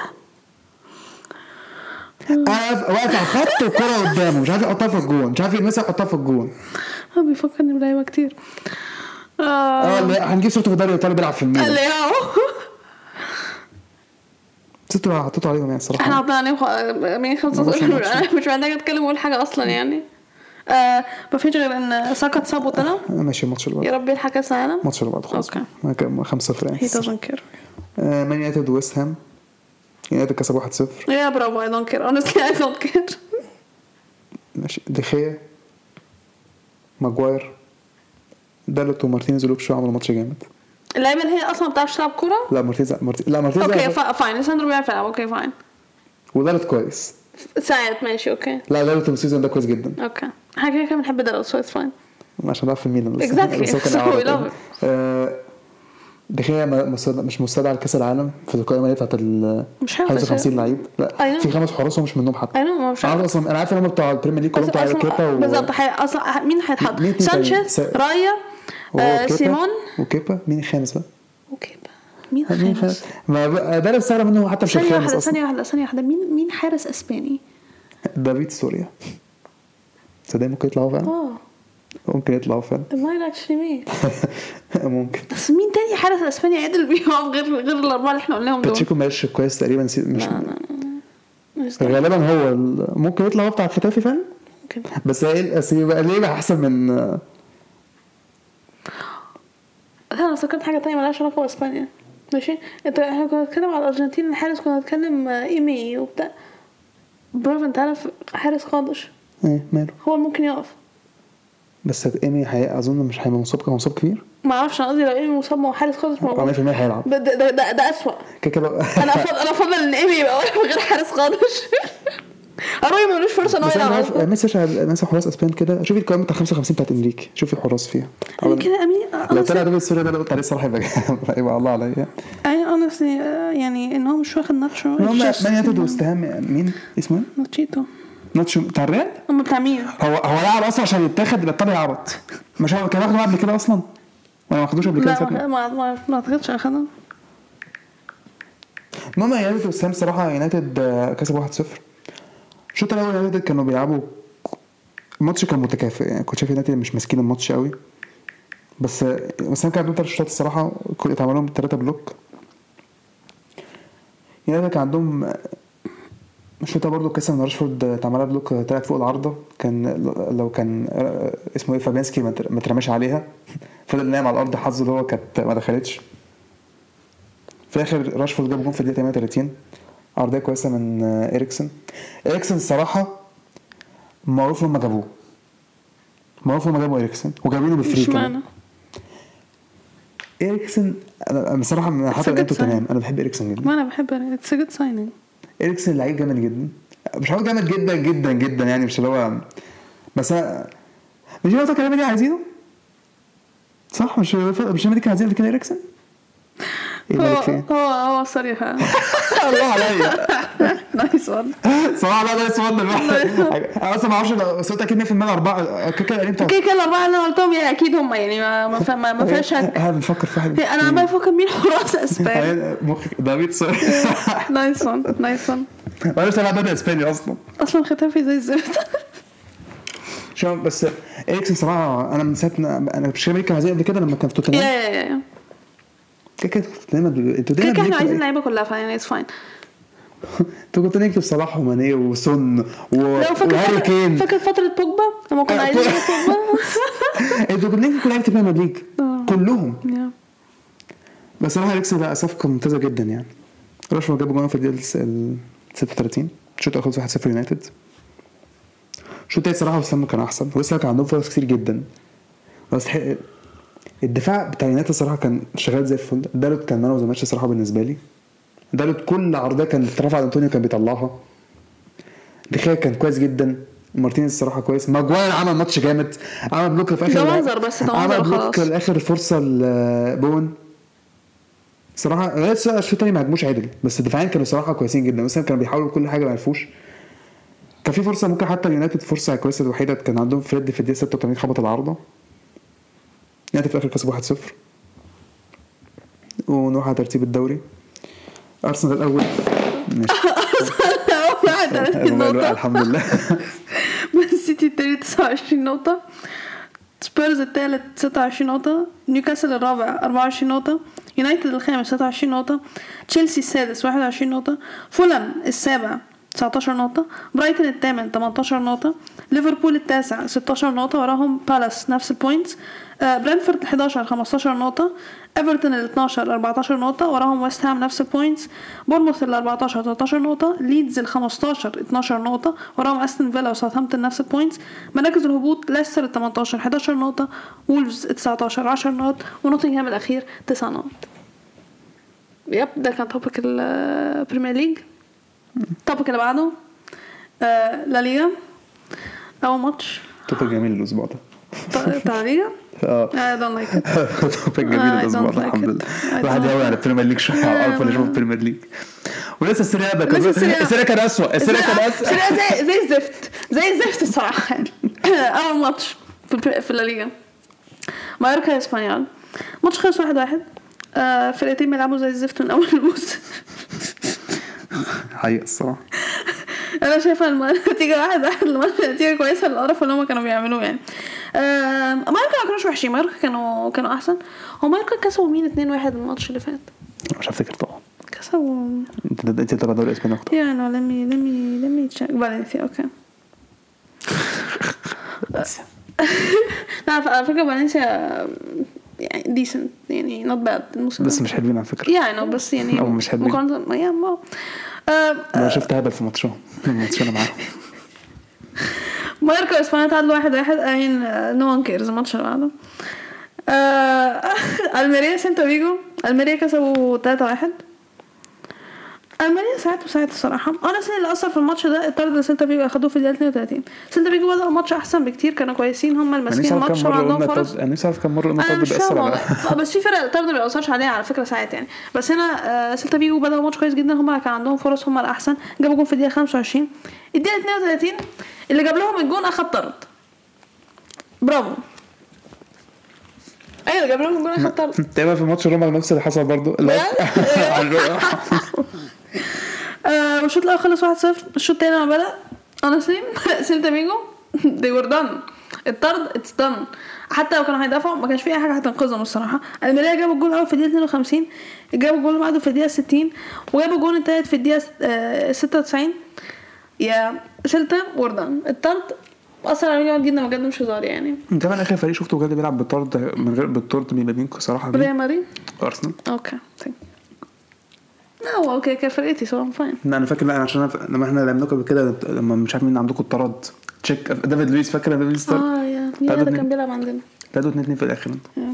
واقف على الخط والكوره قدامه مش عارف يحطها في الجون، مش عارف يلمسها يحطها في الجون. هو بيفكرني بلعيبه كتير. هنجيب صورته في الدوري الايطالي بيلعب في الميلان. ستة حطيته عليهم يعني الصراحه. احنا حطينا عليهم 105. مش محتاجه اتكلم واقول حاجه اصلا يعني. ما فيش غير ان ساكا اتصاب وطلع. ماشي الماتش اللي بعده يا رب يلحق كاس العالم. الماتش اللي بعده خلاص. اوكي 5 فرنسا. هي doesn't care. مان يونايتد ويست هام. يونايتد كسب 1-0. يا برافو. I don't care honestly I don't care. ماشي دخيا ماجواير دالوت ومارتينيز ولوك شو عملوا ماتش جامد. اللعيبه اللي هي اصلا ما بتعرفش تلعب كوره. لا مارتينيز اوكي فاين. ليساندرو بيعرف يلعب. اوكي فاين. ودالوت كويس ساعات ماشي اوكي. لا دالوت السيزون ده كويس جدا. اوكي حاجه كده بنحب دالوت سو اتس فاين عشان ضعف في الميلان بس. اكزاكتلي. دخيا مش مستدعى لكاس العالم في القائمه بتاعت ال 55 لعيب. لا في 5 حراس ومش منهم حد. انا اصلا انا عارف ان هم بتوع البريمير ليج كلهم بتوع كيبا بالظبط. اصلا مين هيتحط؟ سانشيز رايا سيمون وكيبا. مين الخامس بقى؟ وكيبا مين الخامس؟ ما ده بستغرب منه حتى مش الخامس اصلا. ثانيه واحده مين حارس اسباني؟ دافيد سوريا. صدق ممكن يطلعوا فعلا. ممكن يطلعوا فعلا. ما actually مين ممكن. بس مين تاني حارس اسباني عدل بيقف غير الاربعه اللي احنا قلناهم دول؟ باتشيكو ماشي كويس تقريبا مش غالبا هو ممكن يطلع بتاع الختافي فعلا ممكن. بس يبقى ليه بقى احسن من انا افتكرت حاجه تانية مالهاش علاقه باسبانيا. ماشي احنا كنا بنتكلم على الارجنتين الحارس كنا بنتكلم ايمي وبتاع. برافو انت عارف حارس خالص ايه ماله هو ممكن يقف. بس ايمي اظن مش هيبقى مصاب كبير. ما اعرفش انا قصدي لو ايمي مصاب مع حارس خالص 100% هيلعب. ده اسوأ كده. انا افضل ان ايمي يبقى واقف غير حارس خالص. اروي ملوش فرصه انه يلعب. مثلا حراس اسبان كده شوفي القائمه بتاع 55 بتاعت انريكي شوفي الحراس فيها كده امين. لو طلع ده السوري ده قلت عليه الصراحه يبقى الله عليا. اي اونستلي يعني ان هو مش واخد ناتشو. مان يونايتد واستهام مين اسمه؟ ناتشو بتاع الريال. هم بتاع مين؟ هو لعب اصلا عشان يتاخد يبطل يعبط. مش هو كان واخده قبل كده اصلا ولا ما خدوش قبل كده؟ لا ما اعتقدش اخدها. ماما يونايتد واستهام صراحه. يونايتد كسب 1-0. الشوط الاول يونايتد كانوا بيلعبوا الماتش كان متكافئ يعني. كنت شايف يونايتد مش ماسكين الماتش قوي بس كان عندهم 3 شوطات الصراحه كل اتعملوا 3 بلوك. يونايتد كان عندهم الشوطه برضو كاسم من راشفورد اتعملها بلوك طلعت فوق العارضه. كان لو كان اسمه ايه فابيانسكي ما ترماش عليها فضل نايم على الارض. حظه اللي هو كانت ما دخلتش. في الاخر راشفورد جاب جون في الدقيقه 38 عرضيه كويسه من إريكسن الصراحه معروف لما جابوه. إريكسن وجابينه بالفري كمان. إريكسن انا بصراحه حتى انتوا تمام. انا بحب إريكسن جدا. ما انا بحب اتس جود سايننج. إريكسن لعيب جامد جدا. مش هقول جامد جدا جدا جدا يعني مش اللي هو بس مش هو الكلام اللي عايزينه صح. مش اللي كان عايزينه كده إريكسن. هو صريحة. الله عليا. نايس وان صراحة. لا نايس وان انا اصلا ما اعرفش صوت اكيد 100% 4 كده الاربعه اللي انا قلتهم يعني اكيد هم يعني ما فيهاش شك. بنفكر في حاجه. انا عمال افكر مين حراس اسبانيا. دافيد سوري. نايس وان انا لسه لاعب اسباني اصلا ختافي زي الزفت. شو بس إريكسن صراحه انا من ساعه انا مش فاكر كان عايز قبل كده لما كان في توتنهام. يا كده دايما انتوا دايما احنا عايزين اللعيبه كلها فاين اتس فاين. انتوا كنتوا نكتب صلاح وماني وسون وهاري كين. فاكر فتره بوجبا لما كنا عايزين بوجبا. انتوا كنتوا نكتب كل لعيبه البريمير ليج كلهم. بس صراحه إريكسن ده صفقه ممتازه جدا يعني. راشفورد جاب جون في الدقيقه 36 الشوط الاول 1-0 يونايتد. الشوط الثاني صراحه وسام كان احسن ولسه كان عندهم فرص كتير جدا بس الدفاع بتاع يونايتد صراحه كان شغال زي الفل. دالوت كان مان اوف ذا ماتش صراحه بالنسبه لي. دالوت كل عرضيه كان اترفع على انطونيو كان بيطلعها. دخيا كان كويس جدا. مارتينيز الصراحه كويس. ماجواير عمل ماتش جامد. عمل بلوك في اخر ده منظر بس ده منظر خلاص. عمل بلوك لاخر فرصه لبون. صراحه لسه الشوط الثاني ما هجموش عدل بس الدفاعين كانوا صراحه كويسين جدا. مثلا كانوا بيحاولوا كل حاجه ما عرفوش. كان في فرصه ممكن حتى يونايتد فرصه كويسه الوحيده كان عندهم فريد في الدقيقه 86 خبط العارضه. يونايتد في الاخر كسب 1-0 ونروح على ترتيب الدوري. ارسنال الاول الحمد لله. مان سيتي الثاني 29 نقطه. سبيرز الثالث 26 نقطه. نيوكاسل الرابع 24 نقطه. يونايتد الخامس 26 نقطه. تشيلسي السادس 21 نقطه. فولهام السابع 19 نقطة. برايتون الثامن 18 نقطة. ليفربول التاسع 16 نقطة وراهم بالاس نفس البوينتس. برينفورد 11 15 نقطة. ايفرتون ال 12 14 نقطة وراهم ويست هام نفس البوينتس. بورموث ال 14 13 نقطة. ليدز ال 15 12 نقطة وراهم استون فيلا وساوثهامبتون نفس البوينتس. مراكز الهبوط ليستر ال 18 11 نقطة. وولفز 19 10 نقط ونوتنغهام الأخير 9 نقط. ده كان توبك البريمير ليج. التوبك اللي بعده لا ليغا. اول ماتش توبك جميل الاسبوع ده بتاع ليغا. I don't like it. توبك جميل الاسبوع ده الحمد لله. واحد يقول على البريمير ليج شويه على الالفا اللي شوف البريمير ليج. ولسه السريع ده السريع كان اسوء. السريع زي الزفت الصراحه يعني. اول ماتش في لا ليغا مايوركا اسبانيول. ماتش خلص 1-1. فرقتين بيلعبوا زي الزفت من اول الموسم. حقيقة الصراحة انا شايفه النتيجه 1-1 النتيجه كويسه للقرف اللي هم كانوا بيعملوه يعني. مايوركا ما كانوش وحشين. مايوركا كانوا احسن. هو مايوركا كسبوا مين 2-1 الماتش اللي فات؟ مش هفتكر طبعا. كسبوا انت تبع دوري اسبانيا اكتر يعني. لمي تشيك فالنسيا. اوكي. لا على فكره فالنسيا يعني ديسنت يعني not bad الموسم بس مش حلوين على فكره يعني بس يعني مش حلوين مقارنه يعني انا شفت هبل في ماتشهم معاهم. مايوركا اسبانيا تعادلوا 1-1 يعني نو وان كيرز. الماتش اللي بعده الميريا سانتا فيجو. الميريا كسبوا 3-1. المانيا ساعات الصراحه. انا اللي اثر في الماتش ده الطرد سانتا فيجو اخدوه في الدقيقه 32. سانتا فيجو بدأوا الماتش احسن بكتير. كانوا كويسين هم الماسكين الماتش وعندهم فرص. انا نفسي اعرف كم مره الطرد بيأثر على بس في فرق الطرد ما بيأثرش عليها على فكره ساعات يعني. بس هنا سانتا فيجو بدأوا الماتش كويس جدا. هم كان عندهم فرص. هم الاحسن. جابوا جون في الدقيقه 25. الدقيقه 32 اللي جاب لهم الجون اخد طرد. برافو. ايوه جاب لهم الجون اخد طرد. تقريبا في ماتش روما نفس اللي حصل برضو. والشوط الاول خلص 1-0. الشوط الثاني لما بدأ انا سانتا فيجو they were done. الطرد it's done. حتى لو كانوا هيدافعوا ما كانش في اي حاجه هتنقذهم الصراحه. الميريا جابوا الجول الاول في الدقيقه 52. جابوا الجول اللي بعده في الدقيقه 60 وجابوا الجول الثالث في الدقيقه 96. يا سلتا وردان. الطرد اصلا على جامد جدا بجد مش هزار يعني. انت من اخر فريق شفته بجد بيلعب بالطرد من غير بالطرد بيبقى صراحه ريال مدريد ارسنال. اوكي لا اوكي كفرقتي سو فاين. لا انا فاكر. لا عشان لما احنا لعبنا قبل كده لما مش عارف مين عندكم الطرد تشيك دافيد لويس. فاكر دافيد لويس يا ده كان بيلعب عندنا 3-2 في الاخر.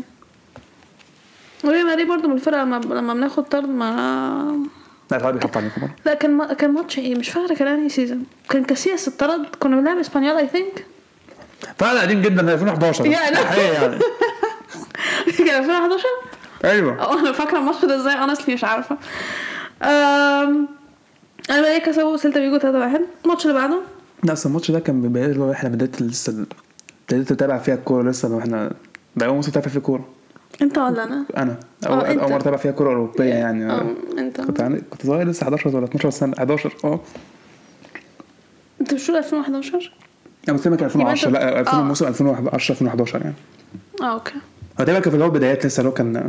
وريال مدريد برضو من الفرقه لما بناخد طرد ما لا تعالى بيحط عليكم برضه. لا كان ماتش ايه مش فاكره كان انهي سيزون. كان كاسياس الطرد. كنا بنلعب اسبانيول اي ثينك. فعلا قديم جدا 2011 يعني كان 2011. ايوه انا فاكره الماتش ده ازاي honestly مش عارفه. الميريا كسبوا سيلتا فيجو 3-1. الماتش اللي بعده لا الماتش ده كان بيبقى اللي هو احنا بدايه لسه ابتديت اتابع فيها الكوره لسه لو احنا بقى موسم تابع فيه كوره. انت ولا انا اول مره اتابع فيها كوره اوروبيه يعني. انت كنت صغير لسه 11 ولا 12 سنه 11. انت مش 2011 انا كنت 2010 لا 2000 موسم 2010 2011 يعني. اوكي هو ده كان في الاول بدايات لسه لو كان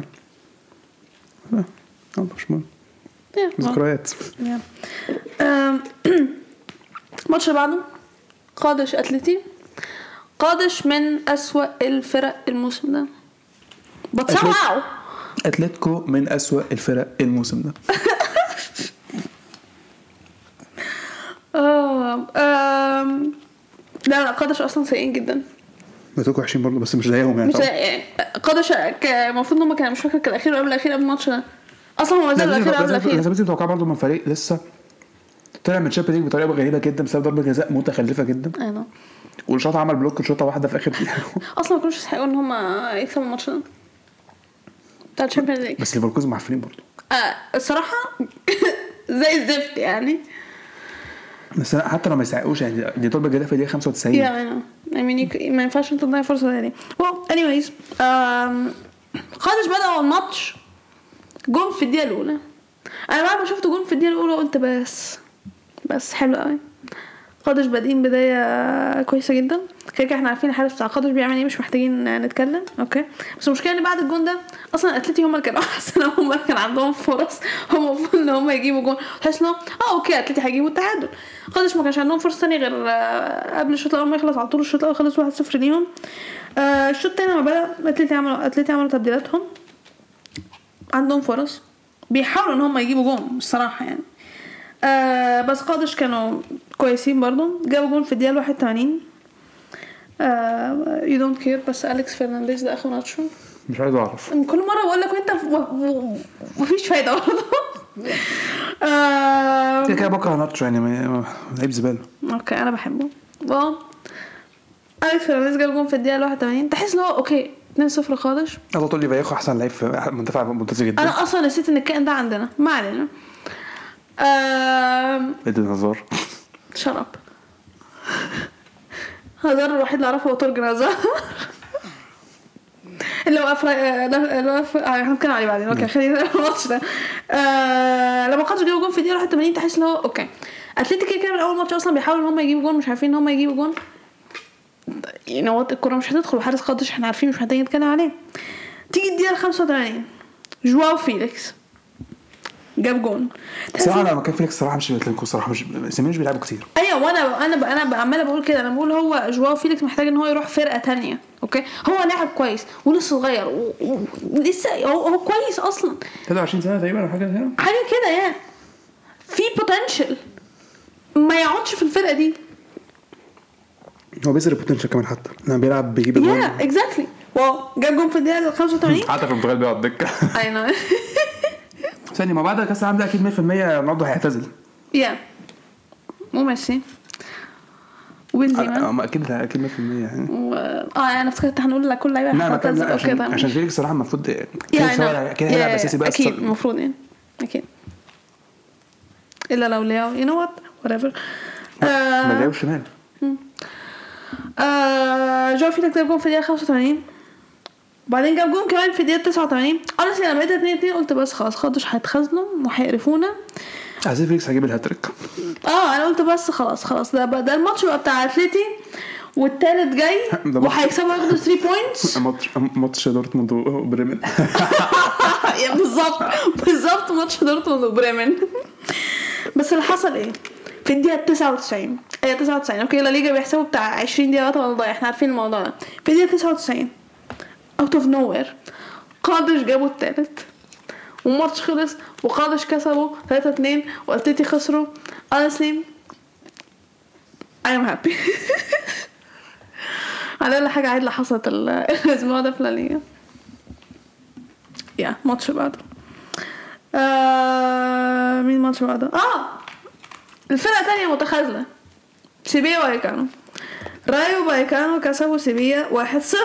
مش مهم ذكريات. الماتش اللي بعده قادش اتلتي. قادش من أسوأ الفرق الموسم ده. بتصوعوا اتلتيكو من أسوأ الفرق الموسم ده. لا قادش اصلا سيئين جدا. اتلتيكو وحشين برضه بس مش زيهم يعني. مش قادش المفروض انهم كانوا مش فاكر الاخير قبل الماتش ده اصلا هو نزل الاخير قبل الاخير. لازم تتوقع برضه من فريق لسه طلع من الشامبيونز ليج بطريقه غريبه جدا بسبب ضربه جزاء متخلفه جدا. انا والشوط عمل بلوك شوطه واحده في اخر دقيقه. اصلا ما كانوش يستحقوا ان هم يكسبوا الماتش ده بتاع الشامبيونز ليج. بس ليفركوزن معفنين برضه الصراحه زي الزفت يعني. بس حتى لو ما يستحقوش يعني دي ضربه جزاء في الدقيقه 95. يعني ما ينفعش انت تضيع فرصه دي. anyways قادش بدأ الماتش جون في الدقيقه الاولى. انا بعد ما شفت جون في الدقيقه الاولى قلت بس حلو قوي. قادش بادئين بدايه كويسه جدا. كده احنا عارفين الحارس بتاع قادش بيعمل ايه مش محتاجين نتكلم. اوكي بس المشكله ان بعد الجون ده اصلا اتلتي هم اللي كانوا احسن. هم كان عندهم فرص هم المفروض ان هم يجيبوا جون. تحس انه اوكي اتلتي هيجيبوا التعادل. قادش ما كانش عندهم فرصه ثانيه غير قبل الشوط الاول ما يخلص. على طول الشوط الاول خلص 1-0 ليهم. الشوط الثاني لما بدا اتلتي عملوا تبديلاتهم. عندهم فرص بيحاولوا ان هم يجيبوا جون الصراحه يعني. بس قادش كانوا كويسين برضو. جابوا جون في الدقيقه 81. you don't care. بس أليكس فرنانديز ده اخو ناتشو مش عايز اعرف. كل مره بقول لك وانت مفيش فايده برضه. كده بكره ناتشو يعني لعيب زباله. اوكي انا بحبه. أليكس فرنانديز جاب جون في الدقيقه 81. تحس انه اوكي 2-0 قادش. الله تقول لي فايخو احسن لعيب في مدافع ممتاز جدا. انا اصلا نسيت ان الكائن ده عندنا. ما علينا. ادي هزار شرب هزار الوحيد اللي اعرفه هو تورجن هزار اللي هو هنتكلم عليه بعدين. اوكي خلينا الماتش ده. لما قادش جابوا جون في الدقيقه 81 تحس ان هو اوكي اتلتيكو كده من اول ماتش اصلا بيحاولوا ان هم يجيبوا جون مش عارفين ان هم يجيبوا جون. يعني الكره مش هتدخل وحارس قادش احنا عارفين مش محتاجين نتكلم عليه. تيجي الدقيقه 85 جواو فيليكس جاب جون. صراحه لما كان فيليكس صراحه مش بيتلكوا صراحه مش بيلعبوا كتير. ايوه وانا عماله بقول كده. انا بقول هو جواو فيليكس محتاج ان هو يروح فرقه تانية. اوكي هو لاعب كويس ولسه صغير ولسه هو كويس اصلا 23 سنه تقريبا او حاجه كده يعني في بوتنشال ما يقعدش في الفرقه دي. هو بيزر بوتنشال كمان حتى لما بيلعب بيجيب جون. اكزاكتلي جاب جون في الدقيقه 85 حتى في البرتغال بيقعد دكه. اي نو ثاني ما بعد كاس العالم ده اكيد 100% رونالدو هيعتزل. مو ماشي وبنزيما اكيد 100% يعني. انا افتكرت هنقول لك كل لعيبه هتعتزل عشان فيليكس صراحه المفروض كده هيلعب اساسي بقى اكيد المفروض يعني اكيد الا لو لياو you know what whatever. ما لياو شمال. جو فيليكس جاب جون في الدقيقه 85 وبعدين جاب جون كمان في الدقيقه 89. انا لما لقيت 2-2 قلت بس خلاص قادش هيتخزنوا وهيقرفونا. عايز فيليكس هيجيب الهاتريك. انا قلت بس خلاص ده الماتش بقى بتاع اتلتي والثالث جاي وهيكسبوا ياخدوا 3 بوينتس. ماتش دورتموند وبريمن. يا بالظبط ماتش دورتموند وبريمن. بس اللي حصل ايه في الدقيقه 99 اوكي لا ليجا بيحسبوا بتاع 20 دقيقه ولا ضايع احنا عارفين الموضوع ده. في الدقيقه 99 out of nowhere قادش جابوا الثالث والماتش خلص وقادش كسبوا 3-2 واتلتي خسروا. honestly I am happy. على حاجه عادله حصلت الاسبوع ده في لا ليغا. ماتش بعده مين ماتش بعده الفرقه تانية متخاذله سيبيا وايكانو. رايو وايكانو كسبوا سيبيا 1-0.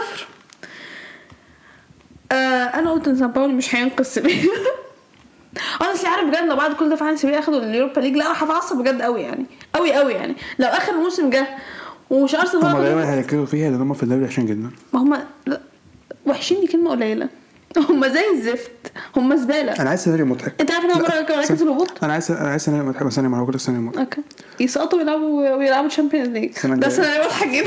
انا قلت ان سان باولو مش هينقذ سيبيا. انا عارف بجد لو بعد كل ده فعلا سيبيا اخدوا اليوروبا ليج لا انا هتعصب بجد قوي يعني قوي يعني لو اخر الموسم جه ومش ارسنال هم دايما هيركزوا فيها لان هم في الدوري وحشين جدا. ما هم وحشين دي كلمه قليله. هم زي الزفت هم زباله. انا عايز سيناريو مضحك. انت عارف ان هم ركزوا الهبوط. انا عايز سيناريو مضحك بس انا ما هقول سيناريو مضحك. اوكي يسقطوا ويلعبوا تشامبيونز ليج ده سيناريو مضحك جدا.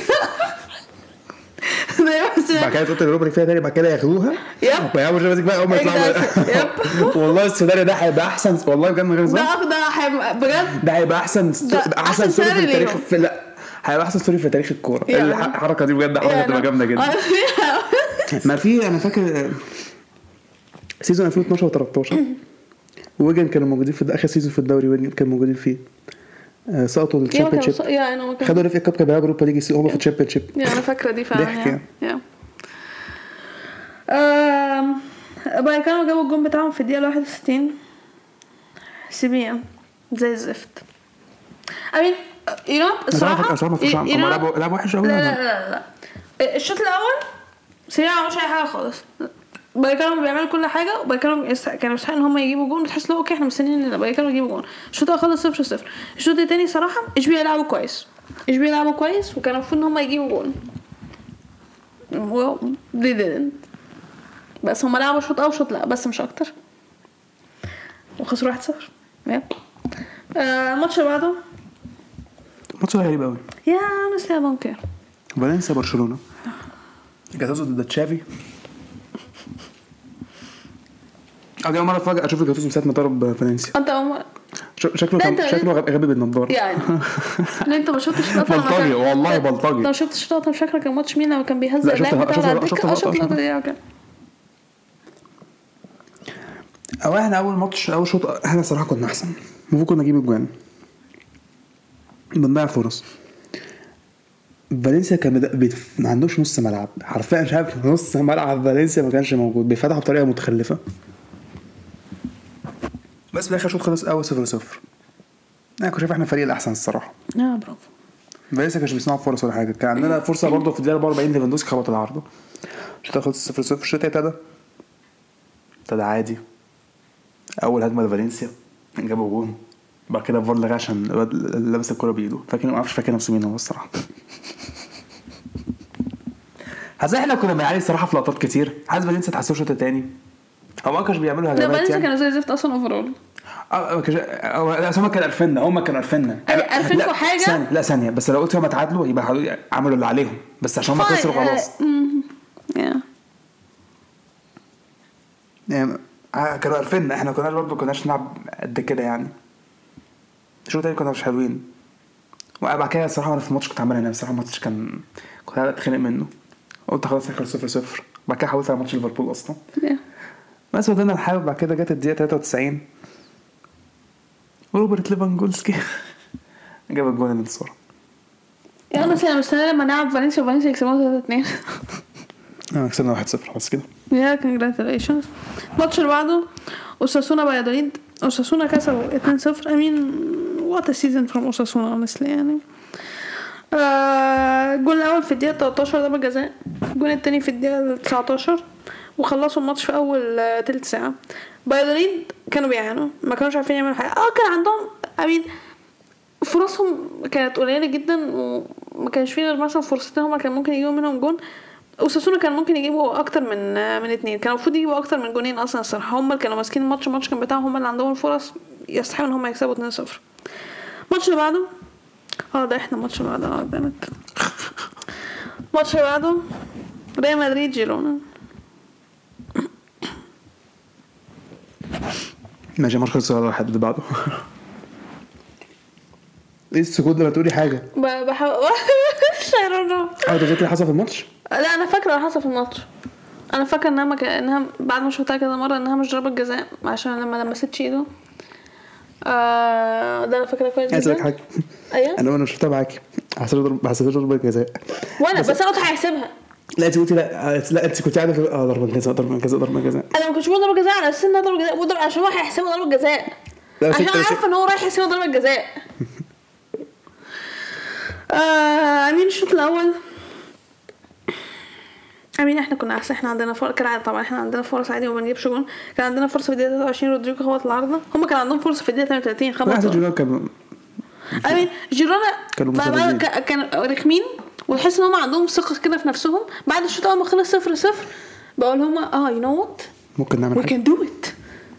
بعد كده تقول الأوروبا فيها تاني بعد كده ياخدوها ويلعبوا الشامبيونز بقى هم يطلعوا. والله السيناريو ده هيبقى احسن والله بجد من غير ده هيبقى بجد ده هيبقى احسن ستوري في التاريخ لا هيبقى احسن ستوري في تاريخ الكوره. الحركه دي بجد حركه تبقى جامده جدا. ما في انا فاكر سيزون 2012 و13 ويجن كانوا موجودين في اخر سيزون في الدوري ويجن كانوا موجودين فيه سقطوا الشامبيونشيب خدوا الريف كاب كانوا بيلعبوا اوروبا ليج هم في الشامبيونشيب. انا فاكره دي فعلا ضحك بقى كانوا جابوا الجون بتاعهم في الدقيقه 61 سيبيا زي الزفت. امين الصراحه لعب وحش قوي. لا الشوط الاول سيبيا مش اي حاجه خالص. بقى كانوا بيعملوا كل حاجه وبقى كانوا يستحقوا ان هم يجيبوا جون. بتحس لو اوكي احنا مستنيين ان بقى كانوا يجيبوا جون. الشوط الاول خلص 0-0. الشوط الثاني صراحه ايش بيلعبوا كويس وكانوا المفروض ان هم يجيبوا جون. they didn't. بس هم لعبوا شوط شوط لا بس مش اكتر وخسروا 1-0. الماتش اللي بعده ماتش غريب قوي يا انا ممكن فالنسيا برشلونه جاتوزو ضد تشافي. اول مره افاجئ اشوف جاتوزو ساعه ما ضرب فالنسيا. انت شكله غبي بالنضاره يعني. لا انت ما شفتش لقطه بلطجي والله بلطجي. لو شفتش لقطه مش فاكره كان ماتش مين لما كان بيهزق اللاعب بتاع شفت او احنا اول شوط احنا صراحه كنا احسن. المفروض كنا نجيب الجوان بنضيع فرص. فالنسيا كان ما عندوش نص ملعب حرفيا. مش عارف نص ملعب فالنسيا ما كانش موجود. بيفتحوا بطريقه متخلفه. بس بالاخر شوط خلص اول 0-0. انا كنت شايف احنا الفريق الاحسن الصراحه. برافو. فالنسيا كانش بيصنع فرص ولا حاجه. كان عندنا فرصه برضه في الدقيقه 44 ليفاندوسكي خبط العارضه. الشوط خلص 0-0. الشوط ابتدى عادي. اول هجمه لفالنسيا جابوا جون. بعد كده فار لغى عشان لابس الكوره بايده. ما اعرفش فاكر نفسه مين هو الصراحه. حاسس احنا كنا بنعاني الصراحه في لقطات كتير. حاسس فالنسيا تحسوا شوط تاني هو ما كانش بيعملوا هجمات يعني. فالنسيا كانوا زي زفت اصلا اوفرول. هم كانوا عارفيننا عارفينكم حاجه. لا ثانيه بس لو قلت هم اتعادلوا يبقى عملوا اللي عليهم بس عشان هم خسروا خلاص. يعني كانوا عارفيننا. احنا كنا برضه كناش نلعب قد كده يعني. شو تاني كنا مش حلوين. وبعد كده الصراحه انا في الماتش كنت عمال انام الصراحه. الماتش كنت اتخانق منه. قلت خلاص اخر 0-0. بعد كده حاولت على ماتش ليفربول اصلا بس بدنا نحاول. بعد كده جت الدقيقه 93 وروبرت ليفاندوفسكي جاب الجون الانتصار. يا انا مستنيه لما نلعب فالنسيا يكسبوا 3-2. كسبنا 1-0 بس كده. يا كونجراتيليشنز. الماتش اللي بعده اوساسونا فالادوليد. اوساسونا كسبوا 2-0. what a season from اوساسونا honestly يعني. الجول الاول في الدقيقه 13 ضربه جزاء. الجول الثاني في الدقيقه 19 وخلصوا الماتش في اول ثلث ساعه. فالادوليد كانوا بيعانوا ما كانوش عارفين يعملوا حاجه. كان عندهم فرصهم كانت قليله جدا وما كانش فيه غير مثلا فرصتين هما كان ممكن يجيبوا منهم جون. اوساسونا كان ممكن يجيبوا اكتر من 2. كانوا المفروض يجيبوا اكتر من جونين اصلا الصراحه. هم اللي كانوا ماسكين الماتش كان بتاعهم. هم اللي عندهم الفرص يستحقوا ان هم يكسبوا 2-0. الماتش اللي بعده ده احنا الماتش اللي بعده قدامك. الماتش اللي بعده ريال مدريد جيرونا. ماشي ماتش خلص 1-1 اللي بعده. ايه السكوت لما تقولي حاجه؟ بحاول شايرنا. ده اللي حصل في الماتش؟ لا انا فاكره اللي حصل في الماتش. انا فاكره انها بعد ما شفتها كذا مره انها مش ضربه جزاء عشان لما لمست ايده. ده انا فاكره كويس جدا. حاجه ايوه انا شفتها معاكي. حسيت ضربه جزاء وانا بس انا كنت هحسبها. لا انت قلتي لا انت كنت قاعده في ضربه جزاء. انا ما كنتش بقول ضربه جزاء على اساس انها ضربه جزاء عشان هو هيحسبها ضربه جزاء عشان عارف ان هو رايح يحسبها ضربه جزاء. امين الشوط الاول احنا كنا احسن. احنا عندنا فرص كالعاده طبعا. احنا عندنا فرص عادي وما بنجيبش جون. كان عندنا فرصه في الدقيقه 23 رودريجو خبط العارضه. هم كان عندهم فرصه في الدقيقه 38 خبط. جيرونا كان رخمين وتحس ان هم عندهم ثقه كده في نفسهم. بعد الشوط اول ما خلص 0-0 بقول هم you know what ممكن نعمل we can do it.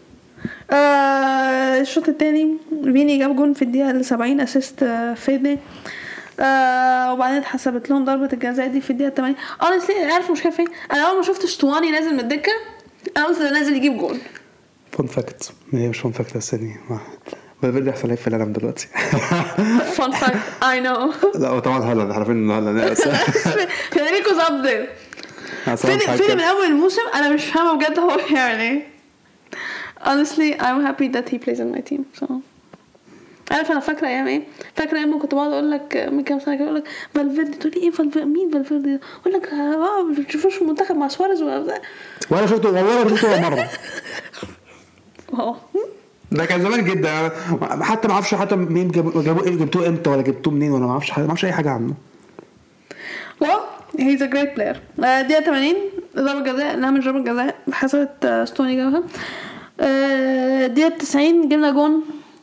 الشوط الثاني فيني جاب جون في الدقيقه 70 اسيست فيدي. وبعدين اتحسبت لهم ضربه الجزاء دي في الدقيقه 80. انا عارف مش فين. انا اول ما شفت شطواني نازل من الدكه انا قلت ده نازل يجيب جون. فون فاكت. هي مش فون فاكت الثانيه بيرجع في في العالم دلوقتي. فون فاكت I know. لا طبعا هلا عارفين هلا فيدريكو زبدة فين من اول الموسم. انا مش فاهمه بجد هو يعني honestly I'm happy that he plays in my team so عارف انا فاكره ايام ايه؟ فاكره ايام كنت بقعد اقول لك من كام سنه كده اقول لك فالفيردي، تقول لي ايه مين فالفيردي؟ اقول لك ما بتشوفوش المنتخب مع سواريز ولا شفته مره. ده كان زمان جدا، حتى ما اعرفش حتى مين جبتوه امتى ولا جبتوه منين، ولا ما اعرفش اي حاجه عنه. he's a great player. دقيقة 80 ضربة جزاء، انها مش ضربة جزاء حسبت ستوني جابها. دقيقة 90 جبنا جون.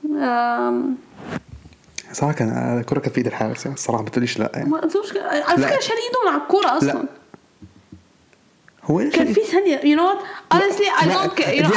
صراحة كان الكرة كانت في ايد الحارس الصراحة، ما تقوليش لا يعني. ما قلتوش على فكرة شال ايده من على الكرة اصلا. لا. هو ايه كان في ثانية you know what honestly I don't care you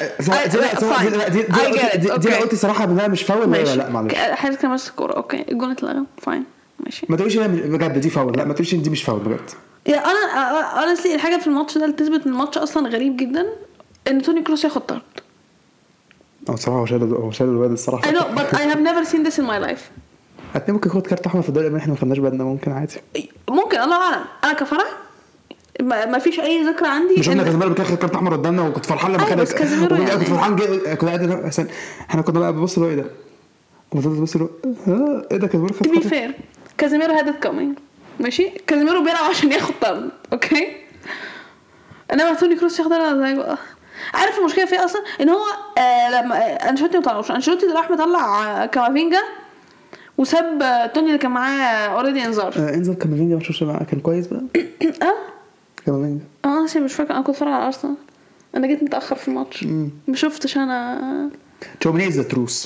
know دي قلت صراحة انها مش فاول. لا معلش، حارس كان ماسك الكرة اوكي الجون اتلغى فاين ماشي. ما تقوليش بجد دي فاول، لا ما تقوليش دي مش فاول بجد. يا انا honestly الحاجة في الماتش ده اللي تثبت ان الماتش اصلا غريب جدا ان توني كروس ياخد طرد. صراحة هو شال الواد الصراحة. I know but I have never seen this in my life. حتى ممكن ياخد كارت احمر في الدوري، احنا ما خدناش بالنا، ممكن عادي، ممكن الله اعلم. انا كفرح ما فيش اي ذكرى عندي. مش انا كازيميرو بتاخد كارت احمر قدامنا وكنت فرحان لما خد كنت فرحان كنت قاعد احنا كنا بقى ببص له ايه ده، كنت ببص له ايه ده كازيميرو خد تو فير. كازيميرو هادت كامينج ماشي. كازيميرو بيلعب عشان ياخد طرد اوكي، انما توني كروس ياخد طرد. عارف المشكله فيه اصلا ان هو لما انشيلوتي ما طلعوش، انشيلوتي راح مطلع كامافينجا وساب توني اللي كان معاه اوريدي انذار. انذار كامافينجا مش كان كويس بقى. كامافينجا مش فاكر، انا كنت اتفرج على ارسنال، انا جيت متاخر في الماتش ما شفتش انا. تشوميني ذا تروس.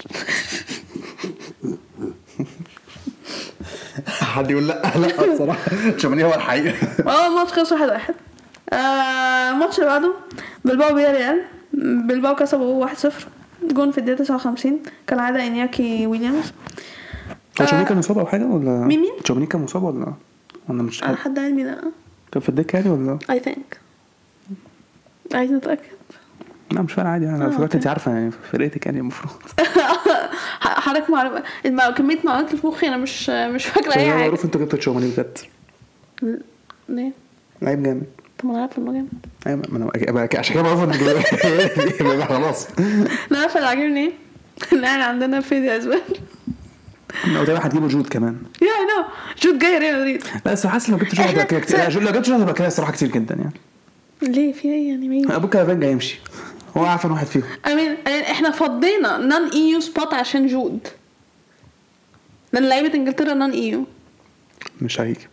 حد يقول لا الصراحه تشوميني هو الحقيقه. الماتش خلص 1-1. الماتش اللي بعده بلباو فياريال. بلباو كسبوا 1-0 جون في الدقيقه 59 كالعاده انياكي ويليامز. تشوميني كان مصاب او حاجه ولا مين تشوميني كان مصاب ولا انا مش عارف حد علمي لا كان في الدكه يعني ولا I think عايز نتاكد. لا مش فارق عادي، انا فكرت انت عارفه يعني فرقتك يعني المفروض. حضرتك معلومه كميه معلومات في مخي انا مش فاكره اي حاجه. عارف انت جبت تشوميني بجد ليه؟ لعيب جامد. طب انا عارفه انه جامد. ايوه ما انا عشان كده بعرف انه خلاص. لا عارفه اللي عاجبني ان احنا عندنا فيديو اسبان لو ده هتجيبه جود كمان. يا نو جود جاي ريال مدريد. لا بس حاسس لو جبت جود هتبقى كتير. لو جبت جود هتبقى كده الصراحه كتير جدا يعني. ليه في ايه يعني مين ابوك كافينجا يمشي، هو عارف واحد فيهم. احنا فضينا نون ايو سبوت عشان جود، لان لعيبه انجلترا نون ايو مش هيجي.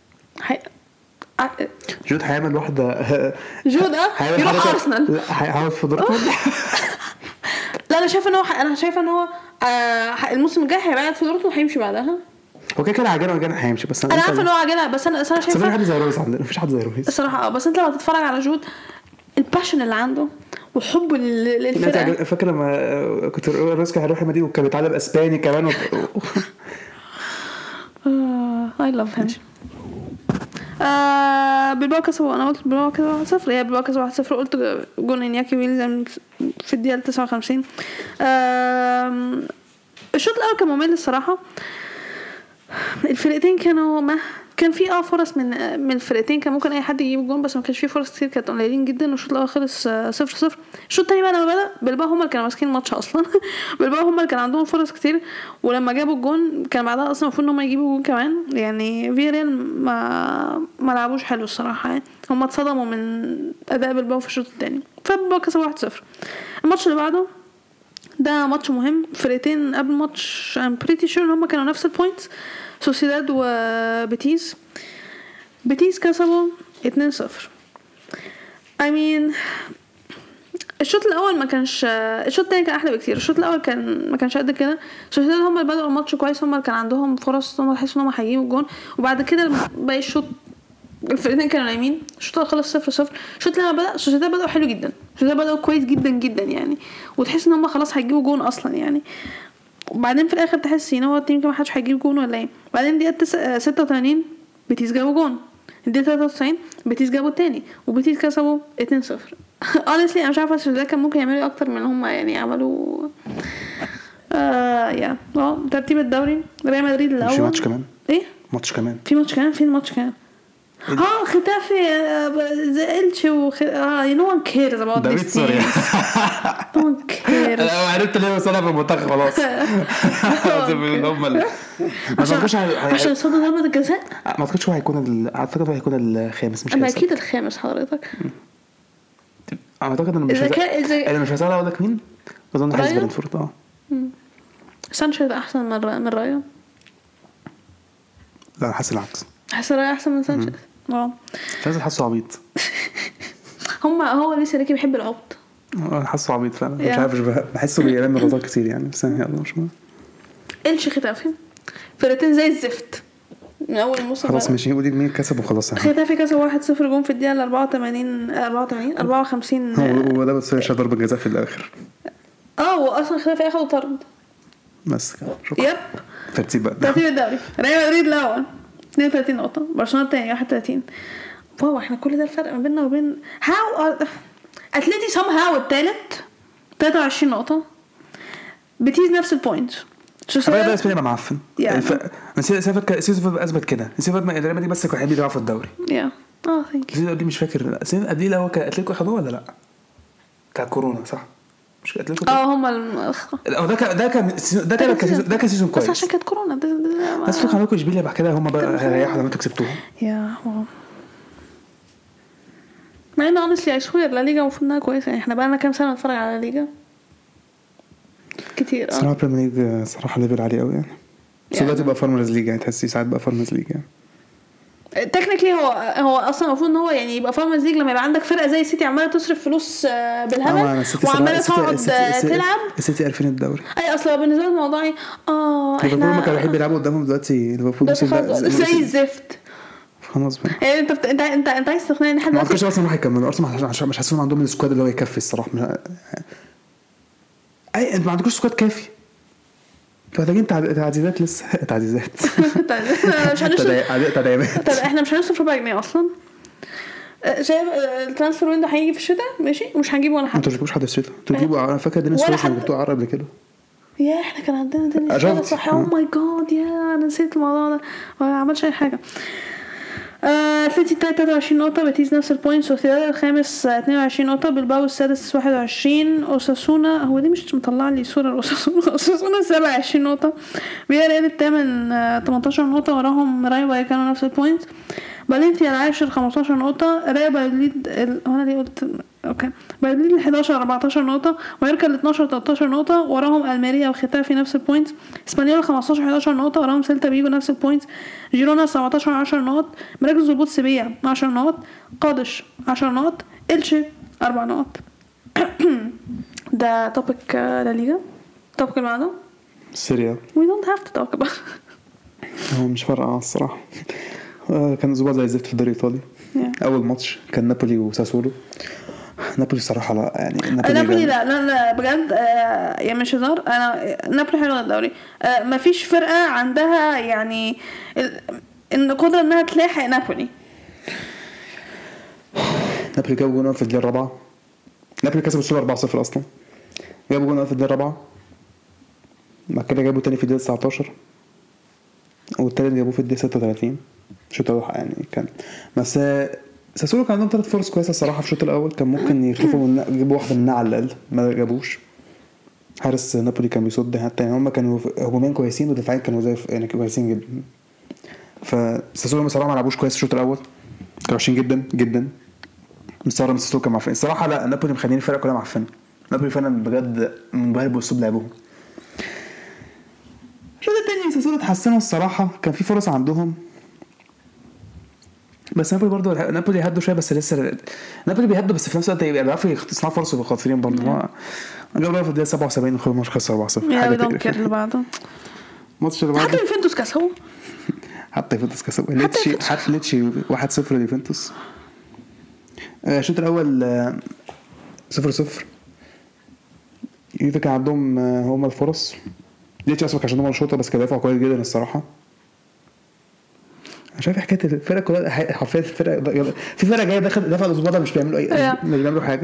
جود هيعمل واحده جود يروح ارسنال. لا هيعمل في دورتموند. لا انا شايفه ان هو الموسم الجاي هيبقى في دورتموند وهيمشي بعدها. اوكي كده عجله هيمشي، بس انا عارفه ان هو عجله، بس انا شايفه مفيش حد زي رويس عندنا، مفيش حد زي رويس الصراحه. بس انت لما تتفرج على جود الباشن اللي عنده وحبه للفرقه. فاكر لما كنت رويس كان هيروح المدينه وكان بيتعلم اسباني كمان I love him. بالباو كسبوا، انا قلت بالباو كسبوا 1-0. هي بالباو كسبوا 1-0 قلت جون انياكي ويليامز في الدقيقه 59. الشوط الاول كان ممل الصراحه. الفرقتين كانوا كان في فرص من الفرقتين، كان ممكن اي حد يجيب جون بس ما كانش في فرص كتير، كانت قليلين جدا. والشوط الاول خلص 0-0. الشوط الثاني بقى لما بدا بالباو هم اللي كانوا ماسكين الماتش اصلا. بالباو هم اللي كان عندهم فرص كتير، ولما جابوا الجون كان بعدها اصلا المفروض ان هم يجيبوا جون كمان. يعني فياريال ما لعبوش حلو الصراحه يعني. هم اتصدموا من اداء بالباو في الشوط الثاني، فبالباو كسبوا 1-0. الماتش اللي بعده ده ماتش مهم. فرقتين قبل الماتش I'm pretty sure هم كانوا نفس البوينتس، سوسيداد وبيتيز. بيتيز كسبوا 2-0. I mean الشوط الاول ما كانش، الشوط الثاني كان احلى بكتير. الشوط الاول ما كانش قد كده. سوسيداد هم اللي بدأوا الماتش كويس، هم اللي كان عندهم فرص، هم حسوا ان هم هيجيبوا الجون، وبعد كده باقي الشوط الفرقتين كانوا نايمين. الشوط خلص 0-0. الشوط لما بدأ سوسيداد بدأوا حلو جدا، سوسيداد بدأوا كويس جدا جدا يعني، وتحس ان هم خلاص هيجيبوا جون اصلا يعني. وبعدين في الاخر تحس ان هو التيم كمان حدش هيجيب جون ولا ايه. بعدين دقيقه 86 بيتيس جابوا جون، دقيقه 93 بيتيس جابوا الثاني وبيتيس كسبوا 2-0. honestly انا مش عارفه ده كان ممكن يعملوا اكتر من هم يعني عملوا. ترتيب الدوري ريال مدريد الاول. في ماتش كمان. ايه ماتش كمان في ماتش كمان. فين الماتش كمان؟ ختافي زعلتش no one cares about this team. No one cares. انا عرفت ليه وصلنا في المنتخب خلاص. عشان صد ضربة الجزاء. ما اعتقدش هو هيكون اعتقد هو هيكون الخامس مش انا اكيد الخامس حضرتك. اعتقد انا مش هسأل اقول لك مين. اظن حاسس برنتفورد. سانشيز احسن من رايو. لا حاسس العكس. حاسس رايو احسن من سانشيز. حاسس عبيط. هو لسه ليكي بيحب العبط. حاسه عبيط فعلا. مش عارف بحسه بيعمل غلطات كتير يعني بس يلا مش مهم. إلش ختافي فرقتين زي الزفت من اول الموسم. خلاص ماشي ودي مين كسب وخلاص. ختافي كسب 1-0 جون في الدقيقه 54 هو ده بس شاط ضربه جزاء في الاخر. واصلا ختافي اخذ طرد بس شكرا. يب ترتيب الدوري. ريال مدريد الاول 32 نقطه. برشلونه الثاني 31. واو احنا كل ده الفرق ما بيننا وبين اتلتي سام هاو الثالث 23 نقطه. بيتيز نفس البوينت. الراجل ده اسمه معفن يعني. سيسوف اثبت كده. سيسوف ما ريال مدريد بس كان حابب يلعب في الدوري. ثانك يو. دي مش فاكر سين قد ايه لو اتلتيكو اخدوه ولا لا. بتاع كورونا صح. مش اتلتيكو. هم ده كان سيزون كويس. بس عشان كانت كورونا بس فكروا عندكم اشبيليه بعد كده هم بقى هيريحوا لما انتوا كسبتوهم. مع ان honestly I swear لا ليجا المفروض انها كويسه يعني. احنا بقى لنا كام سنه نتفرج على ليجا كتير. صراحه بريمير ليج صراحه ليفل عالي قوي يعني. بس دلوقتي بقى فارمرز ليج يعني تحسي ساعات بقى فارمرز ليج يعني. تكنيكلي هو اصلا المفروض ان هو يعني يبقى فارمرز ليج لما يبقى عندك فرقه زي سيتي عماله تصرف فلوس بالهبل وعماله تقعد تلعب. السيتي 2000 الدوري. اي اصلا بالنسبه لي موضوعي ليفربول ما كانوا بيحبوا يلعبوا قدامهم دلوقتي. ليفربول زي الزفت خلاص بقى. يعني انت عايز تقنعني ان حد ما اعتقدش اصلا راح يكمل ارسنال عشان مش حاسسهم عندهم السكواد اللي هو يكفي الصراحه. انت ما عندكوش سكواد كافي. محتاجين تعديلات لسه. تعديلات مش هنصرف. احنا مش هنصرف ربع جنيه اصلا. شايف الترانسفير ويندو هيجي في الشتاء ماشي مش هنجيب ولا حاجه. انتوا مش حد الشتاء تجيبوا. انا فاكر دينيس سواريز جبتوه عرب قبل كده. احنا كان عندنا دينيس سواريز صح. او ماي جاد انا نسيت الموضوع ده. ما عملش اي حاجه. اتلتي 23 نقطة. بيتيز نفس البوينت. سوسيداد الخامس 22 نقطة. بالباو السادس 21. اوساسونا هو دي مش مطلع لي صورة اوساسونا 27 نقطة. فياريال الثامن 18 نقطة. وراهم رايو كانوا نفس البوينت. فالنسيا العاشر 15 نقطة. ريال بلد انا دي قلت اوكي. بلد 11 14 نقطة. ويركل 12 13 نقطة. وراهم الميريا وختافي نفس البوينت. اسبانيول 15 11 نقطة. وراهم سيلتا فيجو نفس البوينت. جيرونا 17 10 نقط. مراكز ضبوط سيبيا 10 نقط. قادش 10 نقط. إلشي 4 نقط. ده توبيك لا ليغا. توبيك اللي بعده سيريا. we don't have to talk about. هو مش فارقة الصراحة. كان زوبا زي الزفت في الدوري الإيطالي. أول ماتش كان نابولي وساسولو. نابولي صراحة لا يعني نابولي لا بجد يعني مش هزار. أنا نابولي حلوة الدوري. ما فيش فرقة عندها يعني القدرة إنها تلاحق نابولي. نابولي جابوا جون في الدقيقة الرابعة. نابولي كسبوا السوبر 4-0 أصلا. جابوا جون في الدقيقة الرابعة. بعد كده جابوا تاني في الدقيقة 19 والتالت جابوه في الدقيقة 36. شوط يعني كان بس ساسولو كان عندهم 3 فرص كويسه الصراحه في الشوط الاول. كان ممكن يخطفوا يجيبوا واحده منها على الاقل ما جابوش. حارس نابولي كان بيصد حتى يعني هم كانوا هجوميا كويسين ودفاعيا كانوا زي يعني كويسين جدا. فساسولو بصراحه ما لعبوش كويس الشوط الاول. كانوا وحشين جدا جدا. مستغرب ساسولو كان معفن الصراحه. لا نابولي مخلين الفرقه كلها معفنه. نابولي فعلا بجد منبهر باسلوب لعبهم. الشوط الثاني ساسولو اتحسنوا الصراحه. كان في فرص عندهم بس نابولي هدوا شويه. بس لسه نابولي بيهدوا بس في نفس الوقت بيعرفوا يصنعوا فرص وخاطرين برضه. ما جابوا في الدقيقه 77 وخدوا الماتش خسر 4-0. حاجه تقرف. اللي بعده الماتش اللي بعده حتى يوفنتوس كسبوا. حتى ليتشي 1-0 ليوفنتوس. الشوط الاول 0-0. يوفي كان عندهم هم الفرص. ليتشي اصلا كان عندهم الشوطه بس كانوا دافعوا كويس جدا الصراحه. شايف حكايه الفرقه كلها حرفيا الفرقه في فرقه جايه دخل الاسبوع ده مش بيعملوا مش بيعملوا حاجه.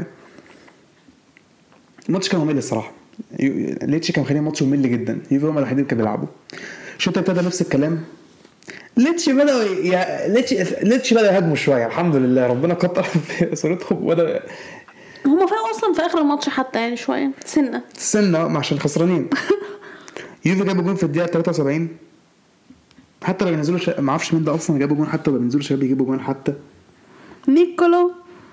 الماتش كان ممل الصراحه. ليتشي كان خليه ماتش ممل جدا. يوفي هم الوحيدين اللي كانوا بيلعبوا. الشوط الثاني نفس الكلام. ليتش بدأوا ليتش بدأوا يهاجموا شويه الحمد لله ربنا كتر في صورتهم وبدأ هما فاهم اصلا في اخر الماتش حتى يعني شويه سنه عشان خسرانين. يوفي جابوا جون في الدقيقه 73 حتى لو بينزلوا ما اعرفش مين ده اصلا جابوا جون حتى لو بينزلوا شباب يجيبوا جون حتى نيكولو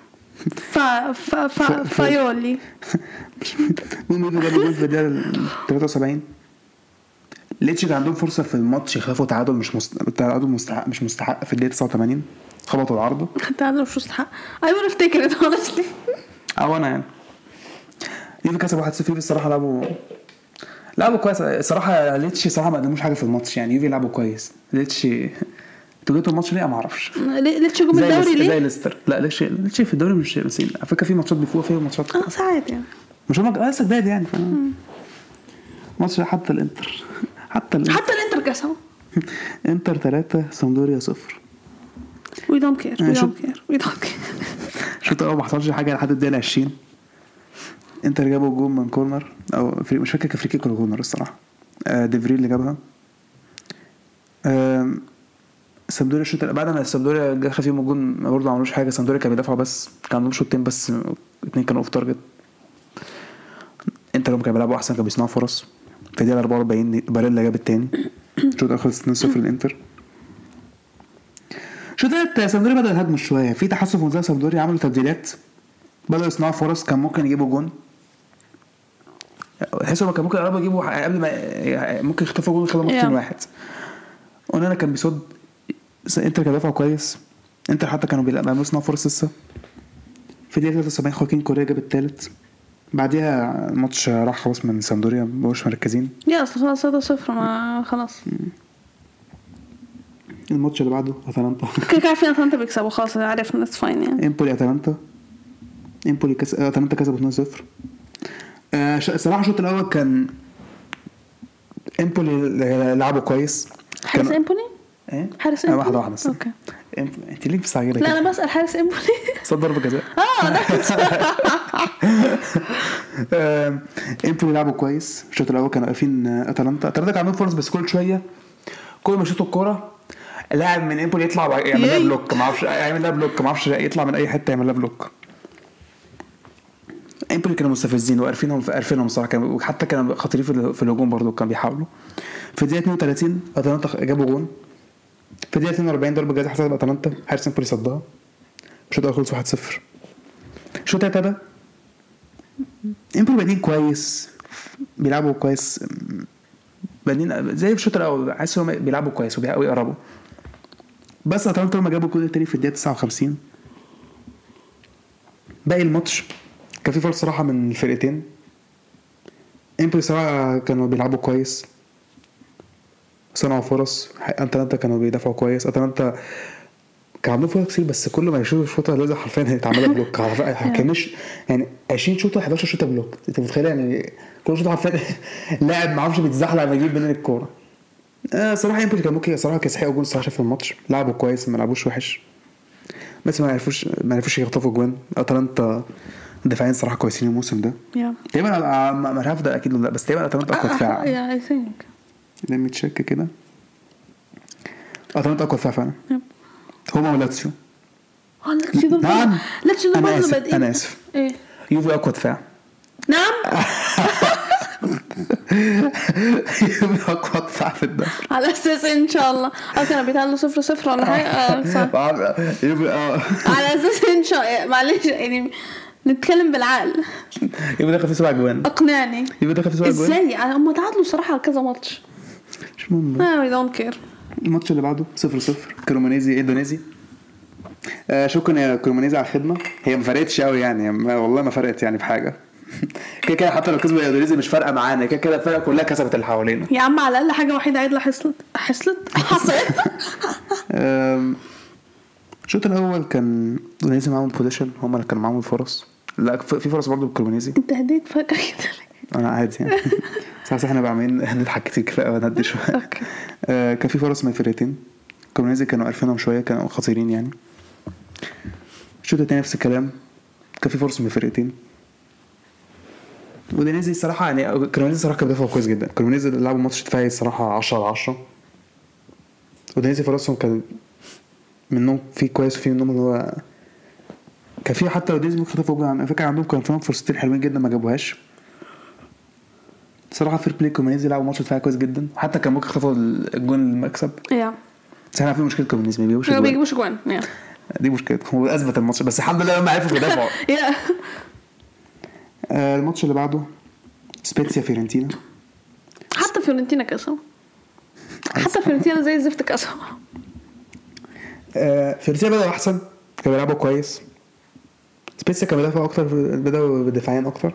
فايولي يوفي جابوا جون في الدقيقه 73. ليتش كان عندهم فرصه في الماتش يخافوا تعادل مش مستحق في الدقيقه 89 خبطوا العارضه. تعادل مش مستحق. ايوه افتكر honestly او انا يعني يوفي كسب 1-0. يوفي الصراحه لعبوا كويس الصراحه. ليتش صراحه ما قدموش حاجه في الماتش يعني. يوفي لعبوا كويس. ليتش تجيتوا الماتش ليه ما اعرفش. ليتش جم الدوري ليه زي ليستر. لا ليتش في الدوري مش على فكره في ماتشات بيفوقوا فيها وماتشات ساعات يعني مش هم لسه جداد يعني ماتش حتى الانتر كسبوا انتر 3 سامدوريا 0. we don't care شوط اول ما حصلش حاجه لحد الدقيقه 20. انتر جابوا جون من كورنر او مش فاكر كان فري كيك ولا كورنر الصراحه. ديفري اللي جابها. سامدوريا الشوط بعد ما سامدوريا جه فيهم جون برضه ما عملوش حاجه. سامدوريا كان بيدافعوا بس كان عندهم شوطين بس 2 كانوا اوف تارجت. انتر كانوا بيلعبوا احسن كانوا بيصنعوا فرص. في الدقيقه 44 باريلا جاب الثاني. الشوط خلص 2-0 للانتر. شوطات سامدوريا بدأ يهاجموا شويه في تحسن في منظر سامدوريا. عملوا تبديلات بدأوا يصنعوا فرص كان ممكن يجيبوا جون. حسوا كان ممكن يقربوا يجيبوا قبل ما ممكن يخطفوا جون خلال ماتشين واحد. وانا كان بيصد انتر كان دافعوا كويس. انتر حتى كانوا بيلعبوا يصنعوا فرص لسه. في الدقيقه 73 خوكين كوريا جاب الثالث. بعديها الماتش راح خلاص من سامدوريا مبقوش مركزين. يا اصل خلاص 3-0 ما خلاص. الماتش اللي بعده اتلانتا كده عارفين اتلانتا بيكسبوا خلاص عرفنا اتس فاين يعني. امبولي اتلانتا كسبوا 2-0. الصراحه الشوط الاول كان امبولي لعبوا كويس. حارس امبولي ايه حارس امبولي واحده بس. اوكي انت ليه مستعجله لا انا بسال حارس امبولي صد ضربه جزاء. امبولي لعبوا كويس. الشوط الاول كانوا واقفين. اتلانتا كان عندهم فرص بس كل شويه كل ما يشوطوا الكوره لاعب من امبولي يطلع يعمل لها بلوك ما اعرفش يطلع من اي حته يعمل لها بلوك. امبولي كانوا مستفزين وعارفينهم صراحه. كانوا حتى كانوا خطيرين في الهجوم برضو كانوا بيحاولوا. في الدقيقه 32 اتلانتا جابوا جون. في الدقيقه 42 ضربه جزاء حسبها اتلانتا. حارس امبولي صدها. الشوط الاول خلص 1-0. الشوط الثاني امبولي بادين كويس بيلعبوا كويس بادين زي الشوط الاول. حاسس انهم بيلعبوا كويس ويقربوا بس اتلانتا لما جابوا الجول الثاني في الدقيقه 59 باقي الماتش كان في فرص صراحه من الفرقتين. امبولي صراحه كانوا بيلعبوا كويس صنعوا فرص. اتلانتا كانوا بيدافعوا كويس. اتلانتا كان عندهم فرص كتير بس كل ما يشوطوا شوطه لازم حرفيا هيتعملها بلوك. كانش يعني 20 شوطه 11 شوطه بلوك. انت متخيل يعني كل شوطه حرفيا لاعب ما اعرفش بيتزحلق لما يجيب منين الكوره. صراحه امبولي كان ممكن صراحه كيسحقوا جول صراحه في الماتش. لعبوا كويس ما لعبوش وحش بس ما عرفوش يخطفوا جوان. اتلانتا دفاعين صراحه كويسين الموسم ده. تقريبا ما عارف ده اكيد لا بس تقريبا اتلانتا اقوى دفاع. اي ثينك لما تشك كده اتلانتا اقوى دفاع فعلا. هما ولاتسيو. نعم لاتسيو انا اسف ايه يوفي اقوى دفاع. نعم يوفي اقوى دفاع في الدوري على اساس ان شاء الله كانوا بيتعادلوا 0-0 ولا حاجه. صح يوفي على اساس ان شاء الله معلش يعني نتكلم بالعقل. يوفي دخل في 7 جوان. اقنعني يوفي دخل في 7 جوان ازاي هم تعادلوا صراحه على كذا ماتش مش مهم. وي دونت كير. الماتش اللي بعده 0-0 كرومونيزي اندونيسي. شكرا يا كرومونيزي على الخدمه. هي ما فرقتش قوي يعني والله ما فرقت يعني بحاجه كده حتى لو كسبوا اندونيسيا مش فارقه معانا كده الفرقه كلها كسبت اللي حوالينا يا عم على الاقل حاجه وحيده عدله حصلت الشوط الاول كان اندونيسيا معاهم بوزيشن. هم اللي كانوا معاهم الفرص. لا في فرص برضه بالكرومونيزي. انت هديت فجاه كده انا عادي يعني صح احنا بعملين نضحك كتير كفايه وندي شويه. كان في فرص من الفرقتين. الكرومونيزي كانوا عارفينهم شويه كانوا خطيرين يعني. الشوط الثاني نفس الكلام كان في فرص من الفرقتين. ودينيزي الصراحه يعني كرومونيزي الصراحه كان بيدافع كويس جدا. كرومونيزي لعبوا ماتش دفاعي الصراحه 10/10 ودينيسي فرصهم كان منهم في كويس وفي منهم اللي هو كان في حتى ودينيسي ممكن يخطفوا جول. فكرة عندهم كان فيهم فرصتين حلوين جدا ما جابوهاش صراحه. فير بلاي كومينيزي لعبوا ماتش دفاعي كويس جدا وحتى كان ممكن يخطفوا الجون المكسب. بس احنا في مشكله كومينيزي ما بيجيبوش جوان. دي مشكله هو اثبت الماتش بس الحمد لله ما عرفوا يدافعوا. الماتش اللي بعده سبيتسيا فيورنتينا. حتى فيورنتينا كسبوا. حتى فيورنتينا زي الزفت كسبوا. فيورنتينا بدأوا احسن كانوا بيلعبوا كويس. سبيتسيا كانوا بيدافعوا اكتر بدأوا بدفاعين اكتر.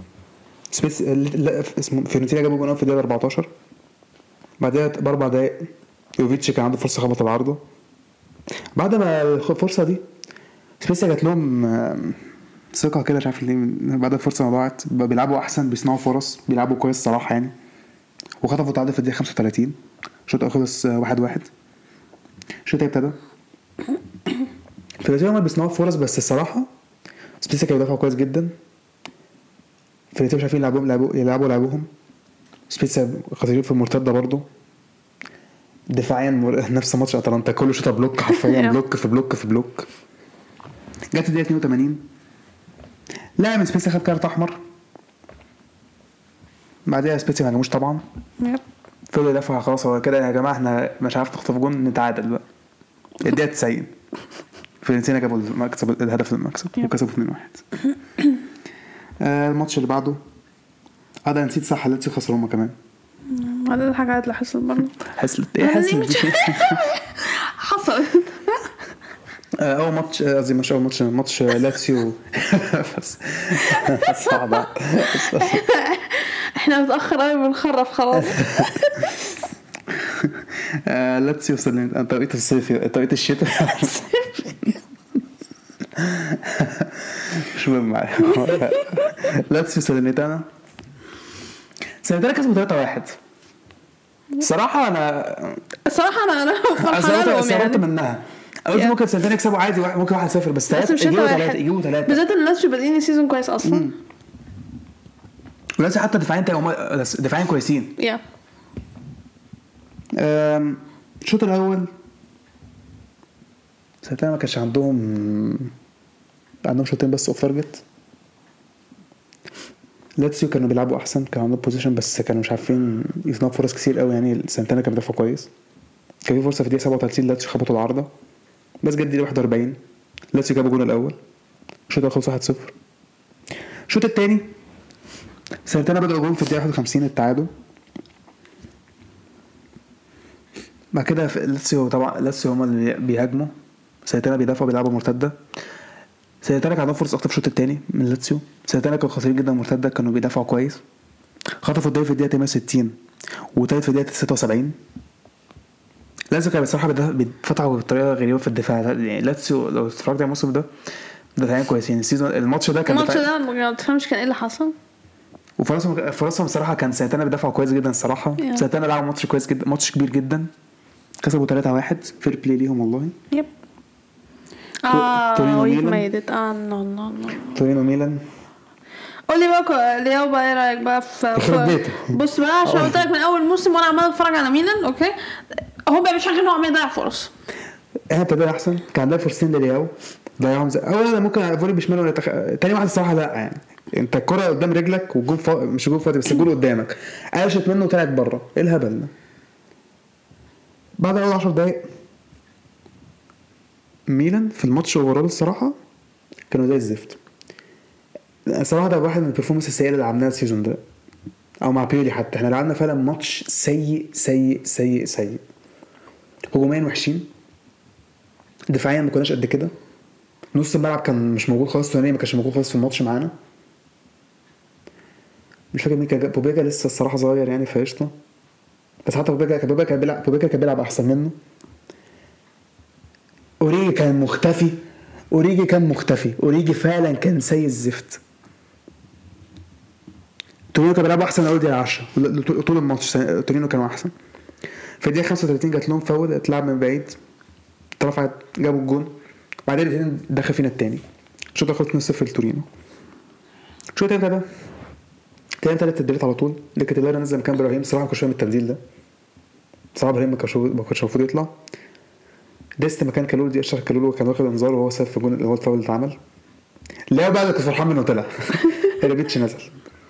اسمه فيورنتينا جابوا جون في الدقيقه 14 بعدها باربع دقايق يوفيتش كان عنده فرصه خبط العارضه. بعد ما الفرصه دي سبيسيا جات لهم ثقه كده مش عارف ليه بعد الفرصه ما ضاعت بيلعبوا احسن بيصنعوا فرص بيلعبوا كويس صراحه يعني وخطفوا تعادل في الدقيقه 35. الشوط خلص 1-1. الشوط ابتدى فيورنتينا هم بيصنعوا فرص بس الصراحه سبيسيا كانوا بيدافعوا كويس جدا. فيورنتينا مش عارفين يلعبوهم. سبيسيا خطيرين في المرتده برضو دفاعيا نفس ماتش اتلانتا كله شوطه بلوك حرفيا بلوك في بلوك في بلوك. جت الدقيقه 82 لاعب سبيسيا خد كارت احمر. بعدها سبيسيا ما جابوش طبعا. فضل يدافع خلاص هو كده يا جماعه احنا مش عارف نخطف جون نتعادل بقى. الدقيقه 90 فيورنتينا جابوا المكسب الهدف المكسب وكسبوا 2-1. الماتش اللي بعده هذا نسيت صح لاتسيو خسروا هما كمان. هذا الحاجات اللي حصلت برضه حصلت حصلت اول ماتش قصدي مش اول ماتش لاتسيو بس صعبه. احنا متاخر قوي بنخرف خلاص. لاتسيو وصلنا توقيت الصيف توقيت الشتاء. شو معي لاتسيو سلمتنا سنتين كسبوا 3-1. الصراحه انا فرحانه يعني منها. قلت ممكن سنتين يكسبوا عادي ممكن 1-0 بس 3 يجيبوا 3 بالذات الناس شو بادئين السيزون كويس اصلا. ولسه حتى دفاعين كويسين. الشوط الاول سنتين ما كانش عندهم شوطين بس اوف تارجت. لاتسيو كانوا بيلعبوا احسن كانوا عندهم بوزيشن بس كانوا مش عارفين يصنعوا فرص كتير قوي يعني. سانتانا كان بيدافع كويس كان في فرصه في الدقيقه 37 لاتسيو خبطوا العارضه بس جت دي 41 لاتسيو جابوا الجون الاول. الشوط الاول خلص 1-0. الشوط الثاني سانتانا بدأوا جون في الدقيقه 51 التعادل. بعد كده لاتسيو طبعا لاتسيو هم اللي بيهاجموا سانتانا بيدافعوا بيلعبوا مرتده. سانتانا كان عندهم فرصه اكتر في الشوط الثاني من لاتسيو. سانتانا كانوا خطيرين جدا مرتده كانوا بيدافعوا كويس خطفوا الدقيقه في الدقيقه 68 وتالت في الدقيقه 76. لاتسيو كان بصراحه بيفتحوا بطريقه غريبه في الدفاع يعني. لاتسيو لو اتفرجت على الموسم ده دفاعيا كويسين. السيزون الماتش ده ما تفهمش كان ايه اللي حصل. وفرصهم بصراحه كان سانتانا بيدافعوا كويس جدا الصراحه. سانتانا لعبوا ماتش كويس جدا ماتش كبير جدا كسبوا 3-1 فير بلاي ليهم والله. تورينو ميلان تورينو ميلان. قولي بقى اليوم بقى ايه رايك بقى في بص بقى عشان قلت لك من اول موسم وانا عمال اتفرج على ميلان اوكي هم بقى مش عارفين انه عم يضيع فرص. احنا ابتدينا احسن كان عندنا فرصتين للياو ضيعهم اولا ممكن فولي بشمال ولا تاني واحد الصراحه لا يعني انت الكره قدام رجلك والجول مش جول فاضي بس الجول قدامك قاشت منه وطلعت بره ايه الهبل ده. بعد اول 10 دقايق ميلان في الماتش اوفرول الصراحه كانوا زي الزفت الصراحه. ده واحد من البرفورمانس السيئه اللي عملناها السيزون ده او مع بيولي حتى احنا لعبنا فعلا ماتش سيء سيء سيء سيء. هجوميا وحشين دفاعيا ما كناش قد كده. نص الملعب كان مش موجود خالص ثانيا ما كانش موجود خالص في الماتش معانا. مش فاكر مين كان بوبيكا لسه الصراحه صغير يعني فقشطه بس حتى بوبيكا كان بيلعب احسن منه. اوريجي كان مختفي اوريجي فعلا كان سيء الزفت. تورينو كان بيلعب احسن اول دقيقه 10 طول الماتش تورينو كانوا احسن. في الدقيقه 35 جات لهم فاول اتلعب من بعيد اترفعت جابوا الجون بعدين الاثنين دخل فينا الثاني. الشوط خلص 2-0 لتورينو. الشوط الثاني ده كان 3 تبديلات على طول. دكه اللي نزل مكان ابراهيم صراحه كنت شايف التبديل ده صعب ابراهيم ما كانش المفروض يطلع. ديست مكان كالولو دي اشرح كالولو كان واخد انذار وهو ساب في الجون اللي هو الفاول اللي اتعمل. لا بعد كنت فرحان منه طلع. هيربيتش نزل.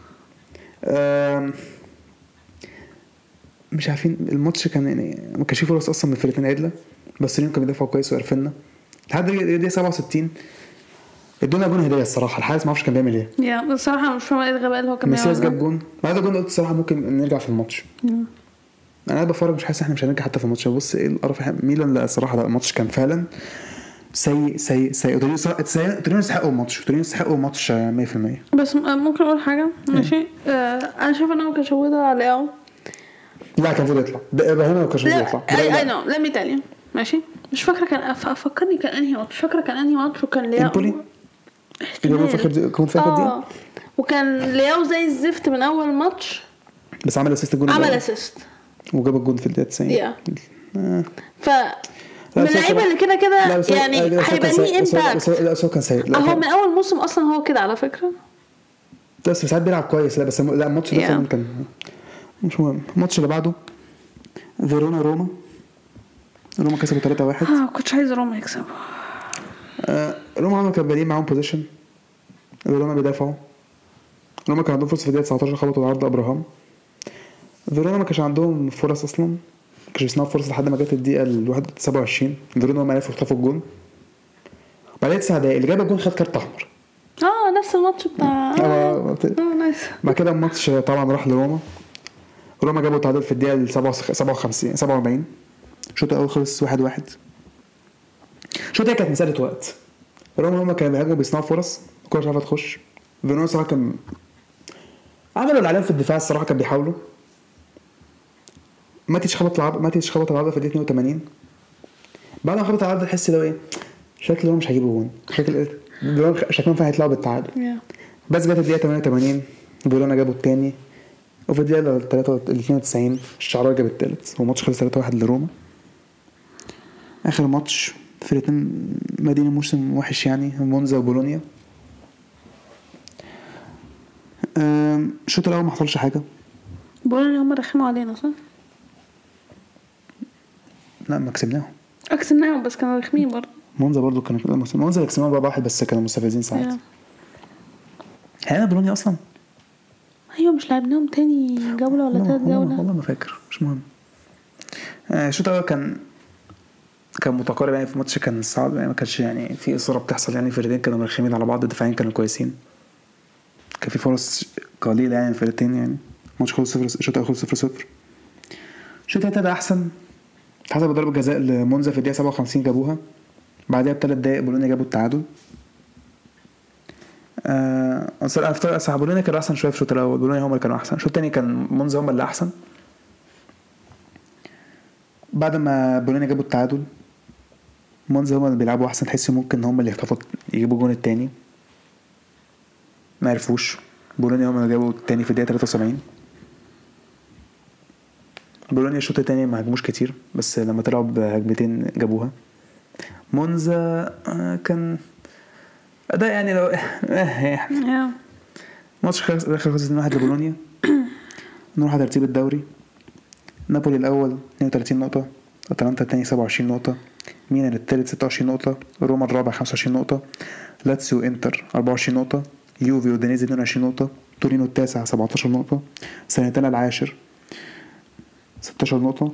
مش عارفين الماتش كان يعني ما كانش فيه فرص اصلا من الفرقتين عدله بس اليوم كان بيدافعوا كويس وعرفنا لحد دقيقه 67 ادونا جون هديه الصراحه. الحارس ما اعرفش كان بيعمل ايه يا بصراحه مش فاهم ايه الغباء اللي هو كان بيعمله. جاب جون بعد الجون قلت الصراحه ممكن نرجع في الماتش. انا بفرج مش حاسس احنا مش هنرجع حتى في الماتش. بص ايه القرف ميلان. لا الصراحه لا الماتش كان فعلا سيء تورينو يستحقوا الماتش. تورينو يستحقوا الماتش 100%. بس ممكن اقول حاجه ماشي. انا شايفه ان هو كان شوده على لياو. لا كان المفروض يطلع ده هنا ما كانش المفروض يطلع. اي نو لا ميتاليا ماشي. مش فاكره كان فكرني كان انهي ماتش. فاكره كان انهي ماتش وكان لياو اللي فاكر كنت فاكر دي وكان لياو زي الزفت من اول ماتش بس عمل اسيست الجون عمل اسيست وجاب الجون في الدقيقه 90. ف من اللعيبه اللي كده يعني هيبقى ليه امباكت. لا هو كان سيء. هو من اول موسم اصلا هو كده على فكره بس ساعات بيلعب كويس. لا بس لا الماتش ده فعلا كان مش مهم. الماتش اللي بعده فيرونا روما كسبوا 3-1. كنتش عايز روما يكسبوا. روما كانوا بادئين معاهم بوزيشن. فيرونا بيدافعوا. روما كان عندهم فرصه في الدقيقه 19 خبطوا العرض ابراهام. فيرونا ما كانش عندهم فرص اصلا. ما كانش بيصنعوا فرصه لحد ما جت الدقيقه 27. فيرونا ما عرفوا يخطفوا الجون. بعدين 9 دقايق اللي جاب الجون خد كارت احمر. نفس الماتش بتاع نايس. بعد كده الماتش طبعا راح لروما. روما جابوا تعادل في الدقيقه 47. الشوط الاول خلص 1-1. الشوط كانت مساله وقت. روما كانوا بيهاجموا بيصنعوا فرص كل شويه تخش. فيرونا صراحه كان عملوا اللي عليهم في الدفاع الصراحه. كان بيحاولوا. ماتيتش خبط العرض في الدقيقه 82. بعد ما خبط العرض تحس لو ايه شكله مش هيجيبوا جون. شكلهم فيها هيطلعوا بالتعادل. بس جت الدقيقه 88 فيرونا جابوا الثاني. وفي الدقيقه 92 الشعراوي جاب الثالث. والماتش خلص 3-1 لروما. اخر ماتش فرقتين مدينه موسم وحش يعني مونزا وبولونيا. الشوط الاول ما حصلش حاجه. بولونيا هم رخموا علينا صح؟ لا ما كسبناهم بس كانوا رخمين برضه. مونزا برضه كانوا مونزا كسبناهم 4-1 بس كانوا مستفزين ساعات. هنا بولونيا اصلا ايوه مش لعبناهم تاني جوله ولا ثالث جوله والله ما فاكر مش مهم. الشوط الاول كان متقارب يعني. في الماتش كان صعب يعني ما كانش يعني في اصابه بتحصل يعني. الفريقين كانوا مرخمين على بعض. الدفاعين كانوا كويسين. كان في فرص قليله يعني الفريقين يعني. الماتش خلص 0. الشوط الاول خلص 0-0. الشوط الثاني احسن. حسب ضربه جزاء لمونزا في الدقيقه 57 جابوها. بعدها ب3 دقايق بولونيا جابوا التعادل. صح بولونيا كانوا احسن شويه في الشوط الاول. بولونيا هم اللي كانوا احسن. الشوط الثاني كان مونزا هم اللي احسن. بعد ما بولونيا جابوا التعادل مونزا هم اللي بيلعبوا احسن. تحس ممكن هم اللي يخطفوا يجيبوا الجون الثاني ما عرفوش. بولونيا هم اللي جابوا الثاني في الدقيقه 73. بولونيا الشوط الثاني ما هجموش كتير بس لما طلعوا بهجمتين جابوها. مونزا كان ده يعني لو ماتش خلص 2-1 لبولونيا. نروح على ترتيب الدوري. نابولي الاول 32 نقطه. اتلانتا الثاني 27 نقطه. ميلان الثالث 26 نقطه. روما الرابع 25 نقطه. لاتسيو انتر 24 نقطه. يوفي ودينيزي 22 نقطه. تورينو التاسع 17 نقطه. سانيتانا العاشر 16 نقطه.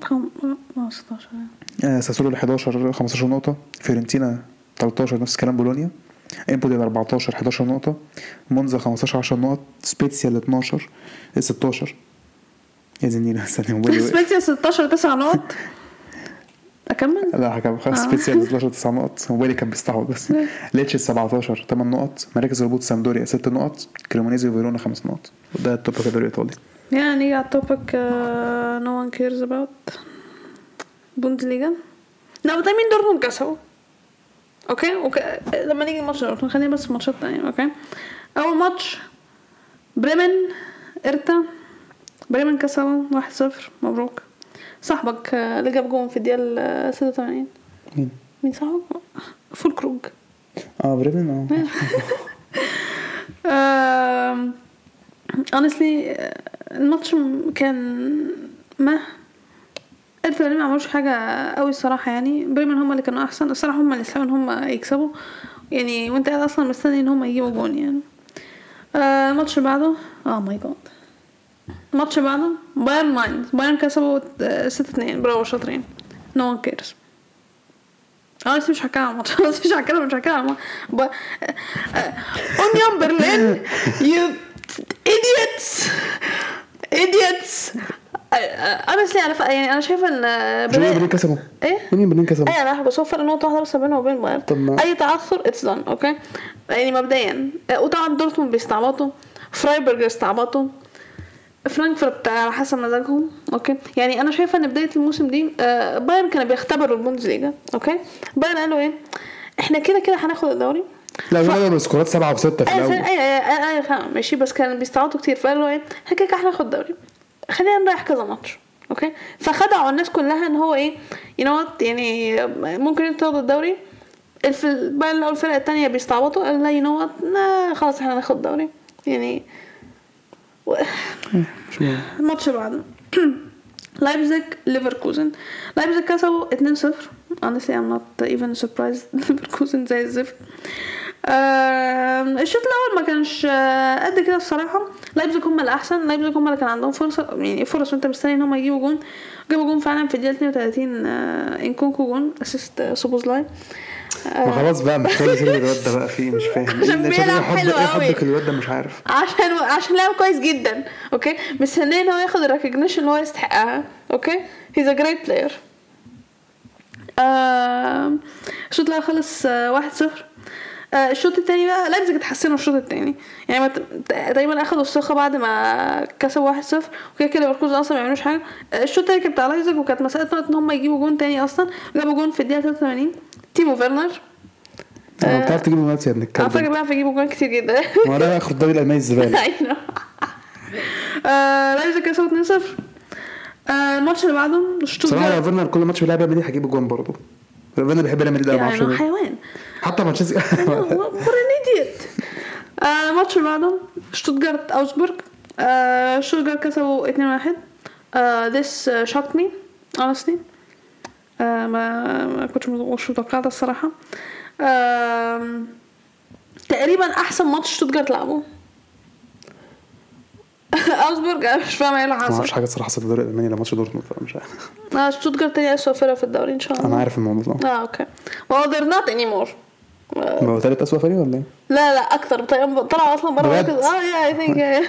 16 ساسولو 11 15 نقطه. فيورنتينا 13 نفس كلام بولونيا. امبولي 14 11 نقطه. مونزا 15 10 نقط. سبيتسيا 12 16 يا زنينا سبيتسيا 16 9 نقط. اكمل لا هكمل خلاص. سبيتسيا 12 9 نقط. موبايلي كان بيستعوض بس. ليتش 17 8 نقط. مراكز الهبوط سامدوريا 6 نقط. كريمونيزي وفيرونا 5 نقط. وده التوب في الدوري الايطالي يعني على التوبك no one cares about بوندسليغا. لا بتاع مين دورتموند كسبوا. اوكي لما نيجي ماتش دورتموند خلينا بس ماتشات تانية. اوكي اول ماتش بريمن ارتا. بريمن كسبوا 1-0. مبروك. صاحبك اللي جاب جون في الدقيقه 86 مين صاحبك؟ فول كروج. بريمن honestly الماتش كان الفريق ما عملوش حاجه قوي الصراحه يعني. بريمن هم اللي كانوا احسن الصراحه، هم اللي يستحقوا ان هم يكسبوا يعني، وانت قاعد اصلا مستني ان هم يجيبوا جون يعني. الماتش اللي بعده ماي جاد، الماتش اللي بعده بايرن كسبوا 6-2. برافو شاطرين. نو ون كيرز. انا لسه مش هكمل الماتش، مش هكمل اونيون برلين يو idiots. honestly يعني انا شايفه ان برلين كسبوا ايه برلين كسبوا. انا بس هو فرق نقطه واحده بس بينه وبين بايرن. اي تعثر اتس دان اوكي يعني مبدئيا. وطبعا دورتموند بيستعبطوا، فرايبورغ بيستعبطوا، فرانكفورت على حسب مزاجهم اوكي يعني. انا شايفه ان بدايه الموسم دي بايرن كانوا بيختبروا البوندسليغا اوكي. بايرن قالوا ايه احنا كده هناخد الدوري. لا السكورات 7 و6 في الاول. ايوه فاهم ماشي، بس كانوا بيستعبطوا كتير. فقالوا ايه احنا كده هناخد الدوري، خلينا نريح كذا ماتش اوكي. فخدعوا الناس كلها ان هو ايه يعني ممكن انتوا تاخدوا الدوري. بايرن لو الفرق التانية بيستعبطوا قال لا خلاص احنا هناخد الدوري يعني. الماتش بعده لايبزيج ليفركوزن. لايبزيج كسبوا 2-0. honestly I'm not even surprised. ليفركوزن زي الزفت. الشوط الاول ما كانش قد كده الصراحه. لايبزيج هم الاحسن، لايبزيج هم اللي كان عندهم فرصه يعني فرص وانت مستني ان هم يجيبوا جون. جابوا جون فعلا في الدقيقه 32. انكونكو جون اسيست سوبوزلاي. ما خلاص بقى مش فاهم يسيب الواد ده بقى فيه مش فاهم يحبك الواد ده مش عارف عشان لعب كويس جدا اوكي. مستني ان هو ياخد الريكوجنيشن اللي هو يستحقها اوكي. he's a great player. الشوط الاول خلص 1-0. الشوط الثاني بقى لايبزيج اتحسنوا الشوط الثاني يعني دايما اخدوا الثقه بعد ما كسبوا 1-0 وكده ليفركوزن اصلا ما يعملوش حاجه. الشوط الثاني كان بتاع لايبزيج وكانت مساله ان هم يجيبوا جون ثاني. اصلا جابوا جون في الدقيقه 83 تيمو فيرنر. بتعرف تجيب جونات يا ابن الكلب. فاكر بقى يجيبوا جون كتير جدا. ما انا اخد الدوري الالماني الزباله. ايوه لايبزيج كسبوا 2-0. الماتش اللي بعده صراحه فيرنر كل ماتش بيلعب ريال هيجيب جون برضه. فيرنر بيحب ريال مدريد ما اعرفش يعني حيوان حتى مانشستر برينيديت. الماتش اللي بعده شتوتجارت اوزبورغ. شتوتجارت كسبوا 2-1. this shocked me honestly. ما كنتش متوقعه الصراحه. تقريبا احسن ماتش شتوتجارت لعبه. اوزبورغ انا مش فاهمه ايه اللي حصل. ما اعرفش حاجه الصراحه في الدوري الالماني لما ماتش دورتموند فمش عارف. شتوتجارت تاني اسوء فرقه في الدوري ان شاء الله. انا عارف الموضوع. اوكي well they're not anymore. هو ثالث اسوء فريق ولا ايه؟ لا اكتر طلعوا اصلا بره كده. I think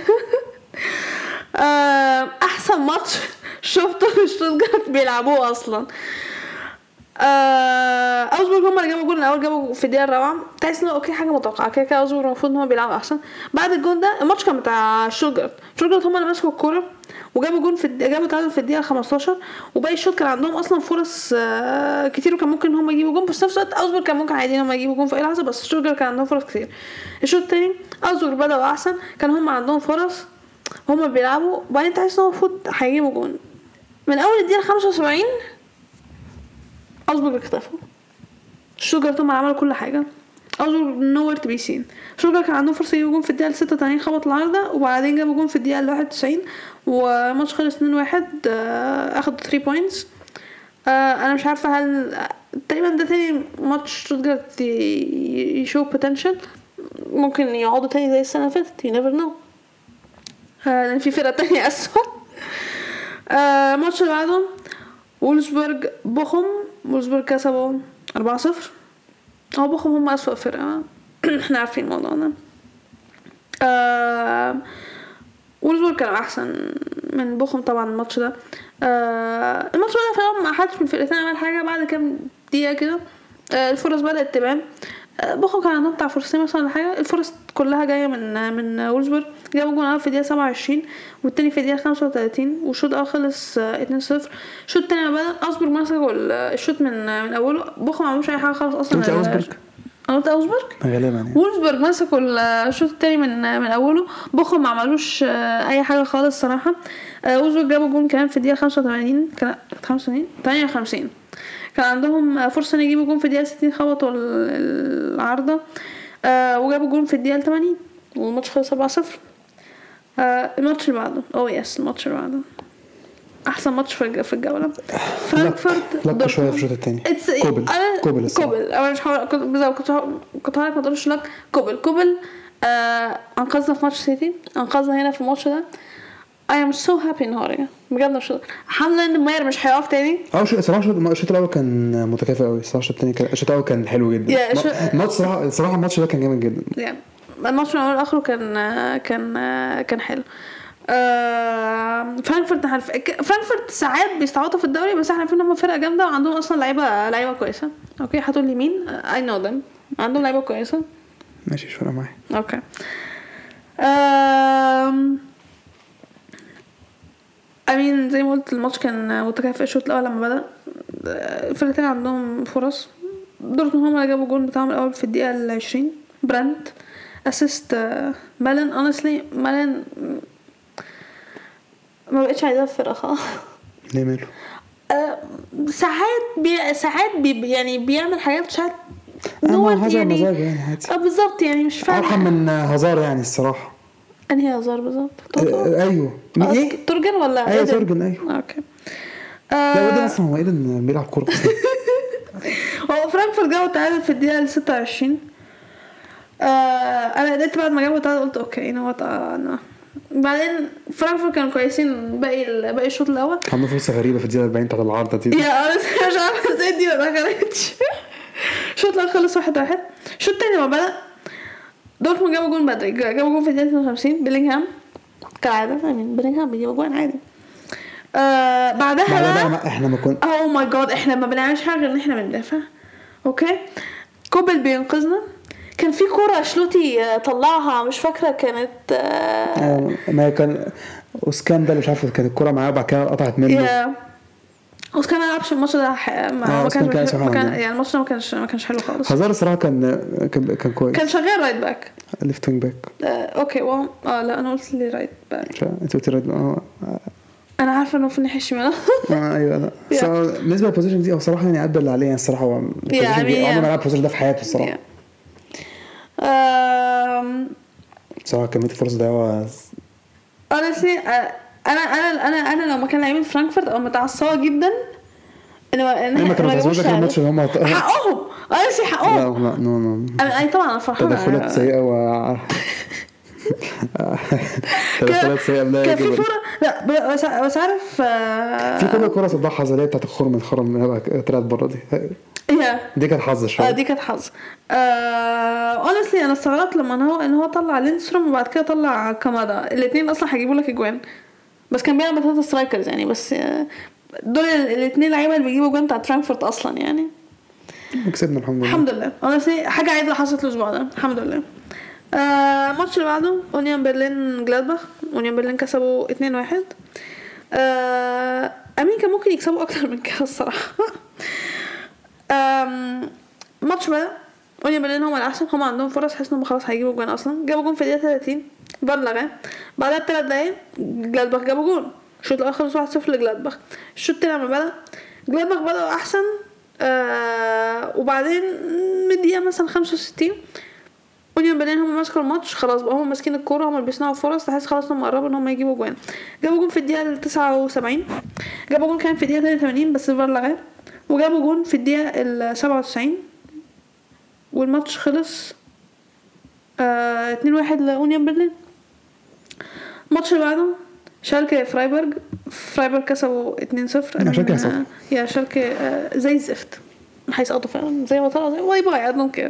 احسن ماتش شفته شتوتجارت بيلعبوه اصلا. اوزبورغ هم اللي جابوا جول الاول. جابوا في الدقيقه الرابعه. تحس انه اوكي حاجه متوقعه كده اوزبورغ المفروض ان هم بيلعبوا احسن. بعد الجول ده الماتش كان بتاع شتوتجارت هم اللي مسكوا الكوره وجابوا جون جابوا تعادل في الدقيقه 15. وباقي الشوط كان عندهم اصلا فرص كتير وكان ممكن ان هم يجيبوا جون. بس نفس الوقت اوزبورغ كان ممكن عادي ان هم يجيبوا جون في اي لحظه. بس شتوتجارت كان عندهم فرص كتير. الشوط الثاني اوزبورغ بدأوا احسن. كان هم عندهم فرص هم بيلعبوا. وبعدين تحس انه المفروض هيجيبوا جون من اول الدقيقه 75. اوزبورغ اختفوا. شتوتجارت هم عملوا كل حاجه. اوزبورغ نوير تو بي سين. شتوتجارت كان عندهم فرصه يجيبوا جون في الدقيقه 86 خبط العارضه وبعدين جابوا جون في الدقيقه 91 وماتش خلص 2-1. اخدوا 3 بوينتس. انا مش عارفه هل تقريبا ده تاني ماتش شتوتجارت يشو بوتنشال. ممكن يقعدوا تاني زي السنه اللي فاتت. you never know. لان في فرقه تانية اسوء. الماتش اللي بعده وولفسبورغ بوخم. وولفسبورغ كسبوا 4-0. بوخم هم اسوأ فرقه. احنا عارفين الموضوع ده. وولفسبورغ كانوا احسن من بوخم طبعا. الماتش ده الماتش ده فعلا ما حدش من الفرقتين عمل حاجه. بعد كام دقيقه كده الفرص بدات تبان. بوخم كان عندهم بتاع فرصتين مثلا ولا حاجه. الفرص كلها جايه من وولفسبورغ. جابوا جون اول في الدقيقه 27 والتاني في الدقيقه 35 والشوط الاول خلص 2-0. الشوط التاني بدا اوزبورغ مسكوا الشوط من اوله. بوخم ما عملوش اي حاجه خالص اصلا. اوزبورغ غالبا يعني وولفسبورغ مسكوا الشوط التاني من اوله. بوخم ما عملوش اي حاجه خالص صراحه. وولفسبورغ جابوا جون كمان في الدقيقه 85 كان 58. كان عندهم فرصه ان يجيبوا جون في الدقيقه 60 خبطوا العارضه وجابوا جون في الدقيقه 80 والماتش خلص 4-0. الماتش اللي بعده الماتش اللي بعده احسن ماتش في الجوله. فرانكفورت لك شويه في الشوط الثاني. كوبل انا مش كنت هقولك ما تقولش لك كوبل انقذنا في ماتش سيتي، انقذنا هنا في الماتش ده. I am so happy النهارده بجد. الحمد لله ان ماير مش هيقف تاني. صراحه الشوط الاول كان متكافئ قوي. الصراحه الشوط الثاني كان حلو جدا. الماتش صراحه الماتش ده كان جامد جدا. الماتش من اول لاخره كان حلو. فرانكفورت ساعات بيستعوضوا في الدوري، بس احنا عارفين ان هم فرقه جامده وعندهم اصلا لعيبه كويسه. اوكي هتقول لي مين؟ I know them. عندهم لعيبه كويسه. ماشي مش فارقه معايا. اوكي. امين زي ما قلت الماتش كان متكافئ. الشوط الاول لما بدا الفرقتين عندهم فرص. دورتموند هم اللي جابوا الجول بتاعهم الاول في الدقيقه 20. براند اسيست مالن. honestly مالن ما بقتش عايزاه الفرقه خالص. ليه ماله؟ ساعات يعني بيعمل حاجات ساعات يعني مزاج يعني عادي. بالظبط يعني مش فاهم. ارحم من هزار يعني الصراحه. انهي هزار بالظبط؟ ايوه ايه تورجن ولا ايوه تورجن ايوه. اوكي. لا ده اصلا هو ايدن بيلعب كوره. هو فرانكفورت جابوا تعادل في الدقيقه 26. انا قلت بعد ما جابوا تعادل قلت اوكي انا بعدين فرانكفورت كانوا كويسين باقي الشوط الاول. عملوا فرصه غريبه في الدقيقه 40 بتاعت العارضه دي. يا انا مش عارفه ازاي دي ما دخلتش. الشوط الاول خلص 1-1. الشوط الثاني ما بدا دورتموند جابوا جون بدري. جابوا جون في الدقيقه 52. بيلينغهام كالعاده بيلينغهام بيجيب جون عادي. بعدها احنا ما كنا اوه ماي جاد احنا ما بنعملش حاجه غير ان احنا بندافع. اوكي كوبل بينقذنا. كان في كرة شلوتي طلعها مش فاكرة كانت ما كان وسكان ده مش عارفه كانت الكرة معاه وبعد كده قطعت منه. وسكان ما لعبش الماتش ده ما كانش يعني الماتش ده ما كانش حلو خالص. هزار الصراحة كان كويس. كان شغال رايت باك ليفت وينج باك. اوكي لا انا قلت لي رايت باك. انت قلت رايت انا عارفه انه في الناحيه الشمال. ايوه لا بالنسبه للبوزيشن دي او صراحه يعني ادى اللي عليه يعني الصراحه هو عمره ما لعب البوزيشن ده في حياته الصراحه. صراحه كميه الفرص ده انا لو مكان لاعبين فرانكفورت او متعصبه جدا ما كانوا فازوزه كان الماتش اللي هم حقهم حقهم. لا نو انا طبعا انا فرحانه. تدخلات سيئه تدخلات سيئه كان في فوره. لا بس عارف في كره صدها زي بتاعت الخرم طلعت بره دي كانت حظ شويه. دي كانت حظ. honestly انا استغربت لما هو طلع لينستروم وبعد كده طلع كامادا. الاثنين اصلا هيجيبوا لك اجوان بس كان بيلعب ثلاثه سترايكرز يعني. بس دول الاثنين لعيبه اللي بيجيبوا جوان بتاع فرانكفورت اصلا يعني. كسبنا الحمد لله. honestly حاجه عادله حصلت الاسبوع ده الحمد لله. الماتش اللي بعده اونيون برلين جلادباخ. اونيون برلين كسبوا 2-1. امين كان ممكن يكسبوا اكتر من كده الصراحه. ماتش بقى اونيون برلين هم الاحسن. هم عندهم فرص حس انهم خلاص هيجيبوا جون. اصلا جابوا جون في الدقيقه 30 بلغه. بعدها ب3 دقايق جلادباخ جابوا جون. الشوط الاول خلص 1-0 لجلادباخ. الشوط الثاني لما بدا جلادباخ بدأوا احسن. وبعدين من الدقيقه مثلا 65 اونيون برلين هم ماسكوا الماتش خلاص بقى. هم ماسكين الكوره هم اللي بيصنعوا فرص. تحس خلاص انهم قربوا ان هم يجيبوا جوان. جابوا جون في الدقيقه 79. جابوا جون كان في الدقيقه 83 بس بلغه. وجابوا جون في الدقيقه 97 والماتش خلص 2-1 لاونيون برلين. الماتش اللي بعده شالكه فرايبورغ كسبوا 2-0. يا شالكه زي الزفت هيسقطوا فعلا زي ما طلعوا زي واي باي ادون كده.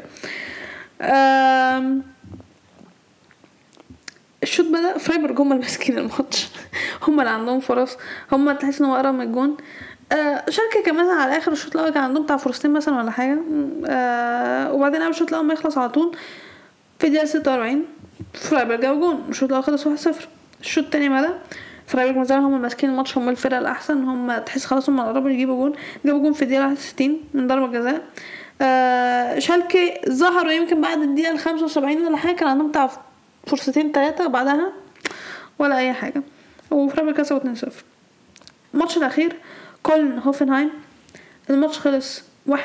الشوط بدأ فرايبورغ هم اللي ماسكين الماتش. هم اللي عندهم فرص. هم تحس انه قرب من الجون. شالكه كان مثلا على اخر الشوط الاول كان عندهم بتاع فرصتين مثلا ولا حاجه. وبعدين اول الشوط الاول ما يخلص على طول في الدقيقه 46 فرايبورغ جاب جون. الشوط الاول خلص 1-0. الشوط الثاني بدا فرايبورغ مازال هم ماسكين الماتش. هم الفرقه الاحسن. هم تحس خلاص هم قربوا يجيبوا جون. جابوا جون في الدقيقه 61 من ضربه جزاء. شالكه ظهروا يمكن بعد الدقيقه 75 ولا حاجه. كان عندهم بتاع فرصتين 3 وبعدها ولا اي حاجه. وفرايبورغ كسبوا 2-0. الماتش الاخير كولن هوفنهايم. الماتش خلص 1-1.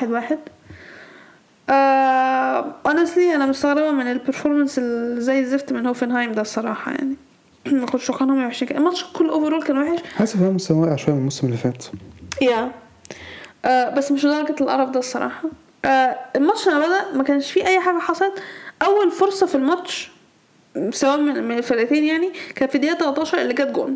honestly انا مستغربه من البرفورمانس زي الزفت من هوفنهايم ده الصراحه يعني. ما كنتش شكرهم 120 كده. الماتش كل اوفرول كان وحش. حاسس فيها مستوى واقع شويه من الموسم اللي فات. يا بس مش لدرجه القرف ده الصراحه. الماتش لما بدأ ما كانش فيه اي حاجه حصلت. اول فرصه في الماتش سواء من الفرقتين يعني كان في دقيقه 13 اللي جت جون.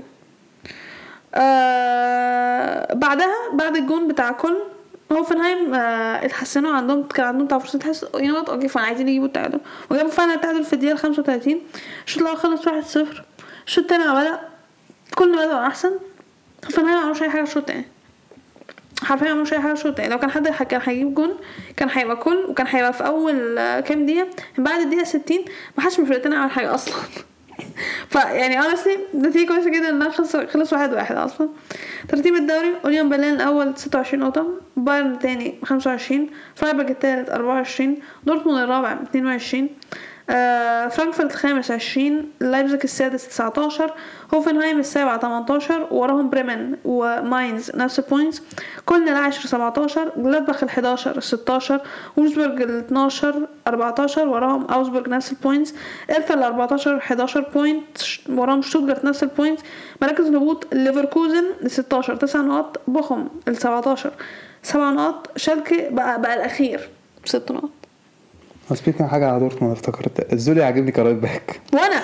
بعدها بعد الجون بتاع كل هوفنهايم اتحسنوا كان عندهم بتاع فرصه تحس ينوت اوكي فانا عايزين يجيبوا التعادل وجابوا فعلا التعادل في الدقيقه 35. الشوط الاول خلص 1-0. الشوط الثاني بدأ كل ما بدأ احسن. هوفنهايم ما عملوش اي حاجه الشوط الثاني حرفيا ما عملوش اي حاجه الشوط الثاني. لو كان حد كان هيجيب جون كان هيبقى كل وكان هيبقى في اول كام دقيقه. بعد الدقيقه 60 ما حدش من الفرقتين عمل حاجه اصلا. فيعني honestly نتيجة كويسة جدا انها خلص 1-1 اصلا. ترتيب الدوري اونيون برلين الاول 26 نقطة. بايرن الثاني 25. فرايبورغ الثالث 24. دورتموند الرابع 22. فرانكفورت الخامس 20. لايبزيج السادس 19. هوفنهايم السابع 18. وراهم بريمن وماينز نفس البوينتس. كولن العاشر 17. جلادباخ ال11 16. وولفسبورغ ال12 14. وراهم اوزبورغ نفس البوينتس. إلفا ال14 11 بوينت. وراهم شتوتغارت نفس البوينتس. مراكز الهبوط ليفركوزن ال16 9 نقط. بوخم ال17 7 نقط. شالكي بقى الاخير 6 نقط. سبيكينج حاجه على دورتموند افتكرت الزولي عجبني كرايت باك. وانا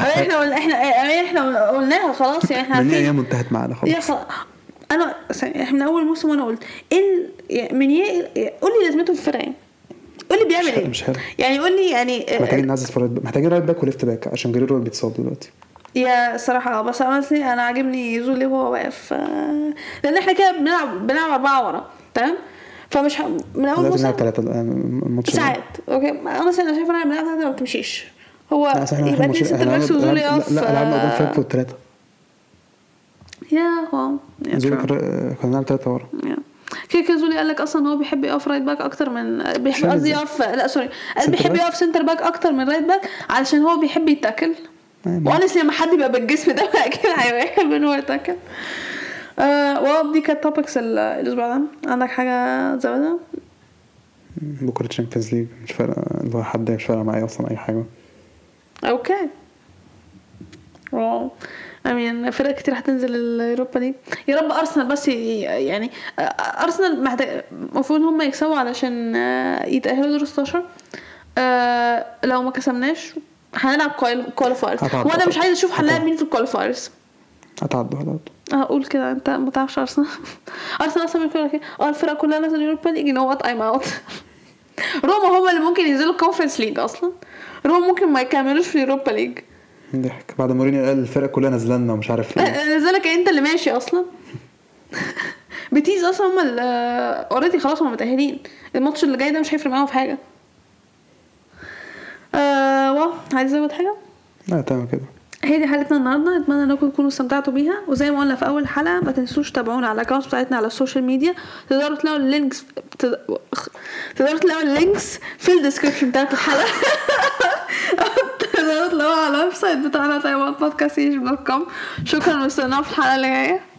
احنا قلناها خلاص يعني احنا عارفين هي منتهت معانا خلاص. انا احنا من اول موسم وانا قلت قول لي لازمته في الفرقه. قول لي بيعمل ايه مش حلو. يعني قول لي يعني محتاجين نعزز فرد محتاجين رايت باك وليفت باك عشان جريرو بيتصاب دلوقتي. يا صراحه بس انا عاجبني زولي وهو واقف لان احنا كده بنلعب 4 ورا تمام. فمش من اول موسم 3 ماتش ساعات اوكي مثلا انا شايفه انا بنلعب 3 ما بتمشيش. هو يبقى مش سنتر باك وزولي يقف. لا لعبنا قدام فرانكفورت 3 يا هو زولي كنا بنلعب 3 ورا. كده زولي قال لك اصلا هو بيحب يقف رايت باك اكتر من بيحب قصدي يقف لا سوري بيحب يقف سنتر باك اكتر من رايت باك علشان هو بيحب يتاكل. وانا لما حد يبقى بالجسم ده اكيد هيحب انه يتاكل. دي كانت توبكس الاسبوع ده. عندك حاجه زبده؟ بكره تشامبيونز ليج مش فارقه اللي هو حد مش فارقه معايا اصلا اي حاجه. اوكي فرق كتير هتنزل اليوروبا ليج. يا رب ارسنال بس يعني ارسنال محتاج المفروض هم يكسبوا علشان يتاهلوا دور 16. لو ما كسبناش هنلعب كواليفايرز وانا مش عايز اشوف هنلعب مين في الكواليفايرز. هتعدوا اقول كده انت ما تعرفش ارسنال اصلا بيقول لك الفرق كلها نازله اليوروبا ليج نو وات ايم اوت. روما هم اللي ممكن ينزلوا الكونفرنس ليج اصلا. روما ممكن ما يكملوش في اليوروبا ليج. ضحك بعد مورينيو قال الفرق كلها نزلنا ومش عارف ايه. نزلك انت اللي ماشي اصلا. بتيز اصلا هم اوريدي خلاص هم متاهلين. الماتش اللي جاي ده مش هيفرق معاهم في حاجه. عايز ازود حاجه؟ لا تمام كده. هي دي حلقتنا النهارده. اتمنى انكم تكونوا استمتعتوا بيها وزي ما قلنا في اول حلقه ما تنسوش تتابعونا على الاكونت بتاعتنا على السوشيال ميديا. تقدروا تلاقوا اللينكس في الديسكريبشن بتاعت الحلقه. تقدروا تلاقوها على الويب سايت بتاعنا taiwanpodcast.com. شكرا واستنونا في الحلقه اللي جايه.